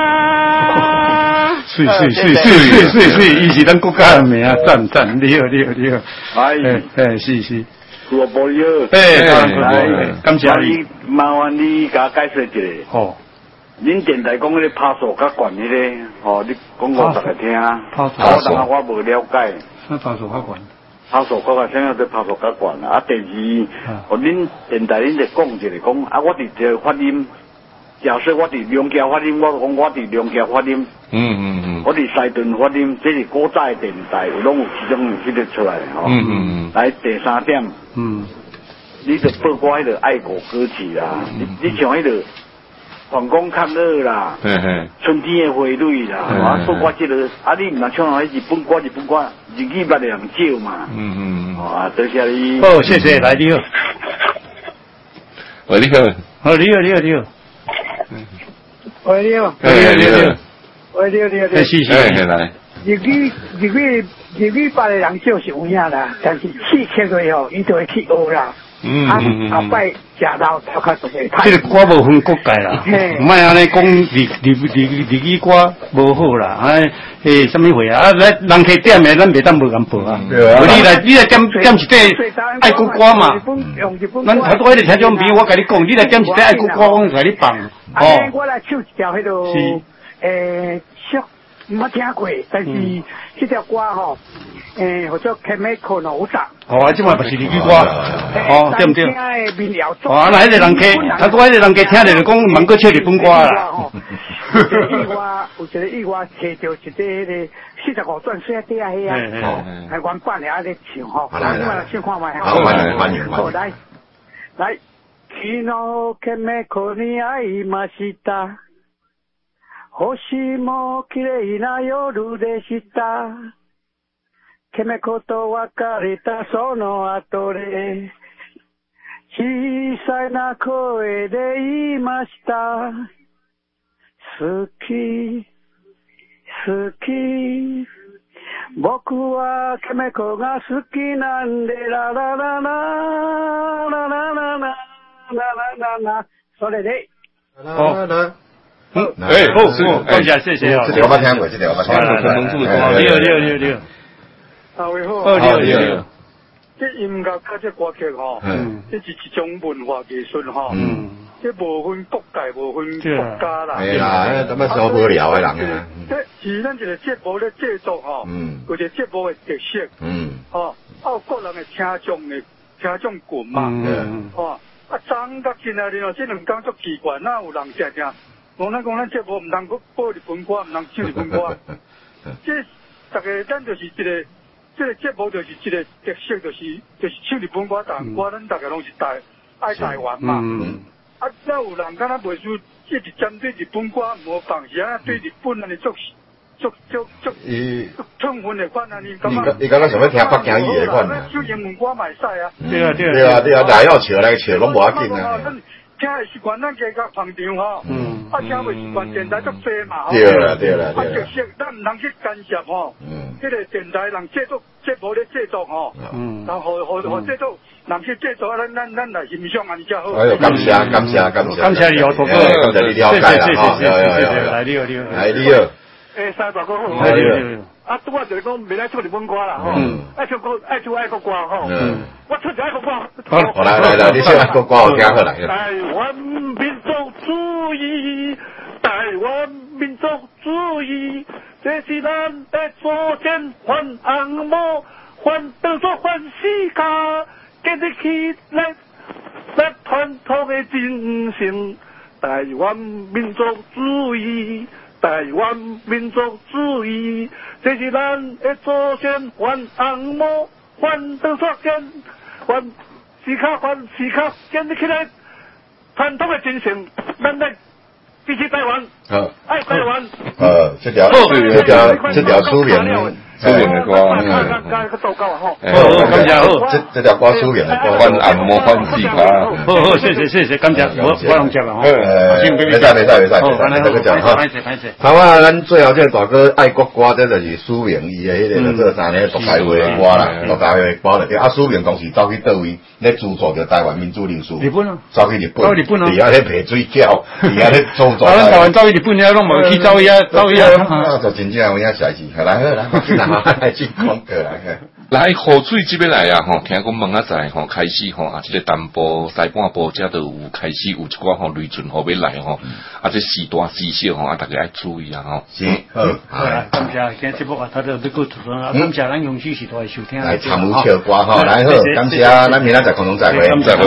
伊是咱国家的名，赞，你好。是。 我保佑。 感谢你。 麻烦你甲解释一下。 好。 恁电台讲迄个拍手较悬迄个，你讲我大家听。 拍手。我无了解。 拍手较悬。 拍手较悬，啥叫做拍手较悬啊？第二，恁电台恁就讲一下，讲我伫这发音。假设我伫龙桥发音，我讲我伫龙桥发音。我伫西屯发音，这是古早的电台，拢有其中迄个出来吼。来第三点。你就报我迄个爱国歌曲啦，你像迄个皇宫抗日啦，春天的花蕊啦，报我这个，你唔若唱迄日本歌，日语捌的人少嘛。多谢你。 好，谢谢，来你好。 喂，你好。 好，你好。 喂，你好。 你好。 喂，你好。 是。 来。 日语日语班的人少是有影啦，但是4个月吼，伊就会去学啦。后摆食老头较多。 这个歌无分国界啦，唔卖安尼讲日语歌无好啦，什么话啊？来人客点的，咱袂当无咁报啊。你来点一块爱国歌嘛？咱头拄迄个听种片，我甲你讲，你来点一块爱国歌，我甲你放。 我来唱一条迄个俗，毋捌听过，但是迄条歌吼。或者 chemical 有答。 即嘛不是日语歌，对不对？那迄个人客，他说迄个人客听着就讲，蛮过唱日本歌啦。 有一个意外摕到一个迄个45转水底啊，迄啊，台湾版的啊咧唱吼，你嘛来唱看卖。好，来，昨のchemicalに会いました。星も綺麗な夜でした。ケメコと別れたその後で小さな声で言いました。好き僕はケメコが好きなんでララララララララララそれで谢谢啊！ 这条我听过，这条我听过。 六。 位好，这音乐甲这歌曲吼，这是一种文化艺术吼，这无分国界，无分国家啦。 系啦，咁啊，无无聊的人啊。 这是咱一个节目的制作吼，有一个节目的特色，吼，有个人的听众群嘛，吼，昨甲今仔日哦，这两工足奇怪，哪有人听？咱讲咱节目唔通去播日本歌，唔通唱日本歌，这大家咱就是一个。这个节目就是这个特色，就是唱日本歌，但歌咱大家拢是爱台湾嘛。那有人敢若袂输，一直针对日本歌模仿，是啊，对日本安尼足痛恨的款安尼。 伊敢若想要听北京语的款。 唱英文歌嘛会使啊。 对啊，来要笑来笑拢无要紧啊。 听的习惯咱家甲捧场吼，听袂习惯电台足多嘛。 对啦。 特色咱唔通去干涉吼。迄个电台人节目咧制作吼，然后制作人去制作，咱来欣赏安尼才好。 哎呦，感谢你哦，大哥， 感谢你了解啦， 谢， 来你哦。 三大哥好。拄我就是讲袂来唱日本歌啦吼，爱唱爱国歌吼，我唱爱国歌。 好，来，你唱爱国歌，我听好来。 台湾民族主义，台湾民族主义，这是咱的祖先还红毛，还当作还世家，建立起来咱传统的精神。台湾民族主义。台湾民族主义，这是咱的祖先还红毛，还当作还时刻建立起来传统的精神，咱来支持台湾，爱台湾。 这条书名的歌， 感谢好， 这条歌书名的歌， 还红毛还时刻。 好，谢谢，感谢，我能接啦吼。 袂使，这个讲哈。好啊，咱最后这个大哥爱国歌，这就是书名伊的迄个做啥呢？独台话的歌啦，独台话的歌了。书名当时走去倒位，咧资助着台湾民主人士。 日本啊， 走去日本啊，伫遐咧卖水饺，伫遐咧做作。 台湾走去日本，遐拢无去走去啊。 就真正有影代志，来，来进广告来。 来雨水这边来啊吼，听讲明仔载吼开始吼这个南部、西半部遮都有开始有一寡吼雷阵雨要来吼，这时大时小吼，大家爱注意啊吼。 是，好， 感谢今节目啊，他都要过主持人，感谢咱永续时代收听。 来参与唱歌吼，来好，感谢，咱明仔载空中再会。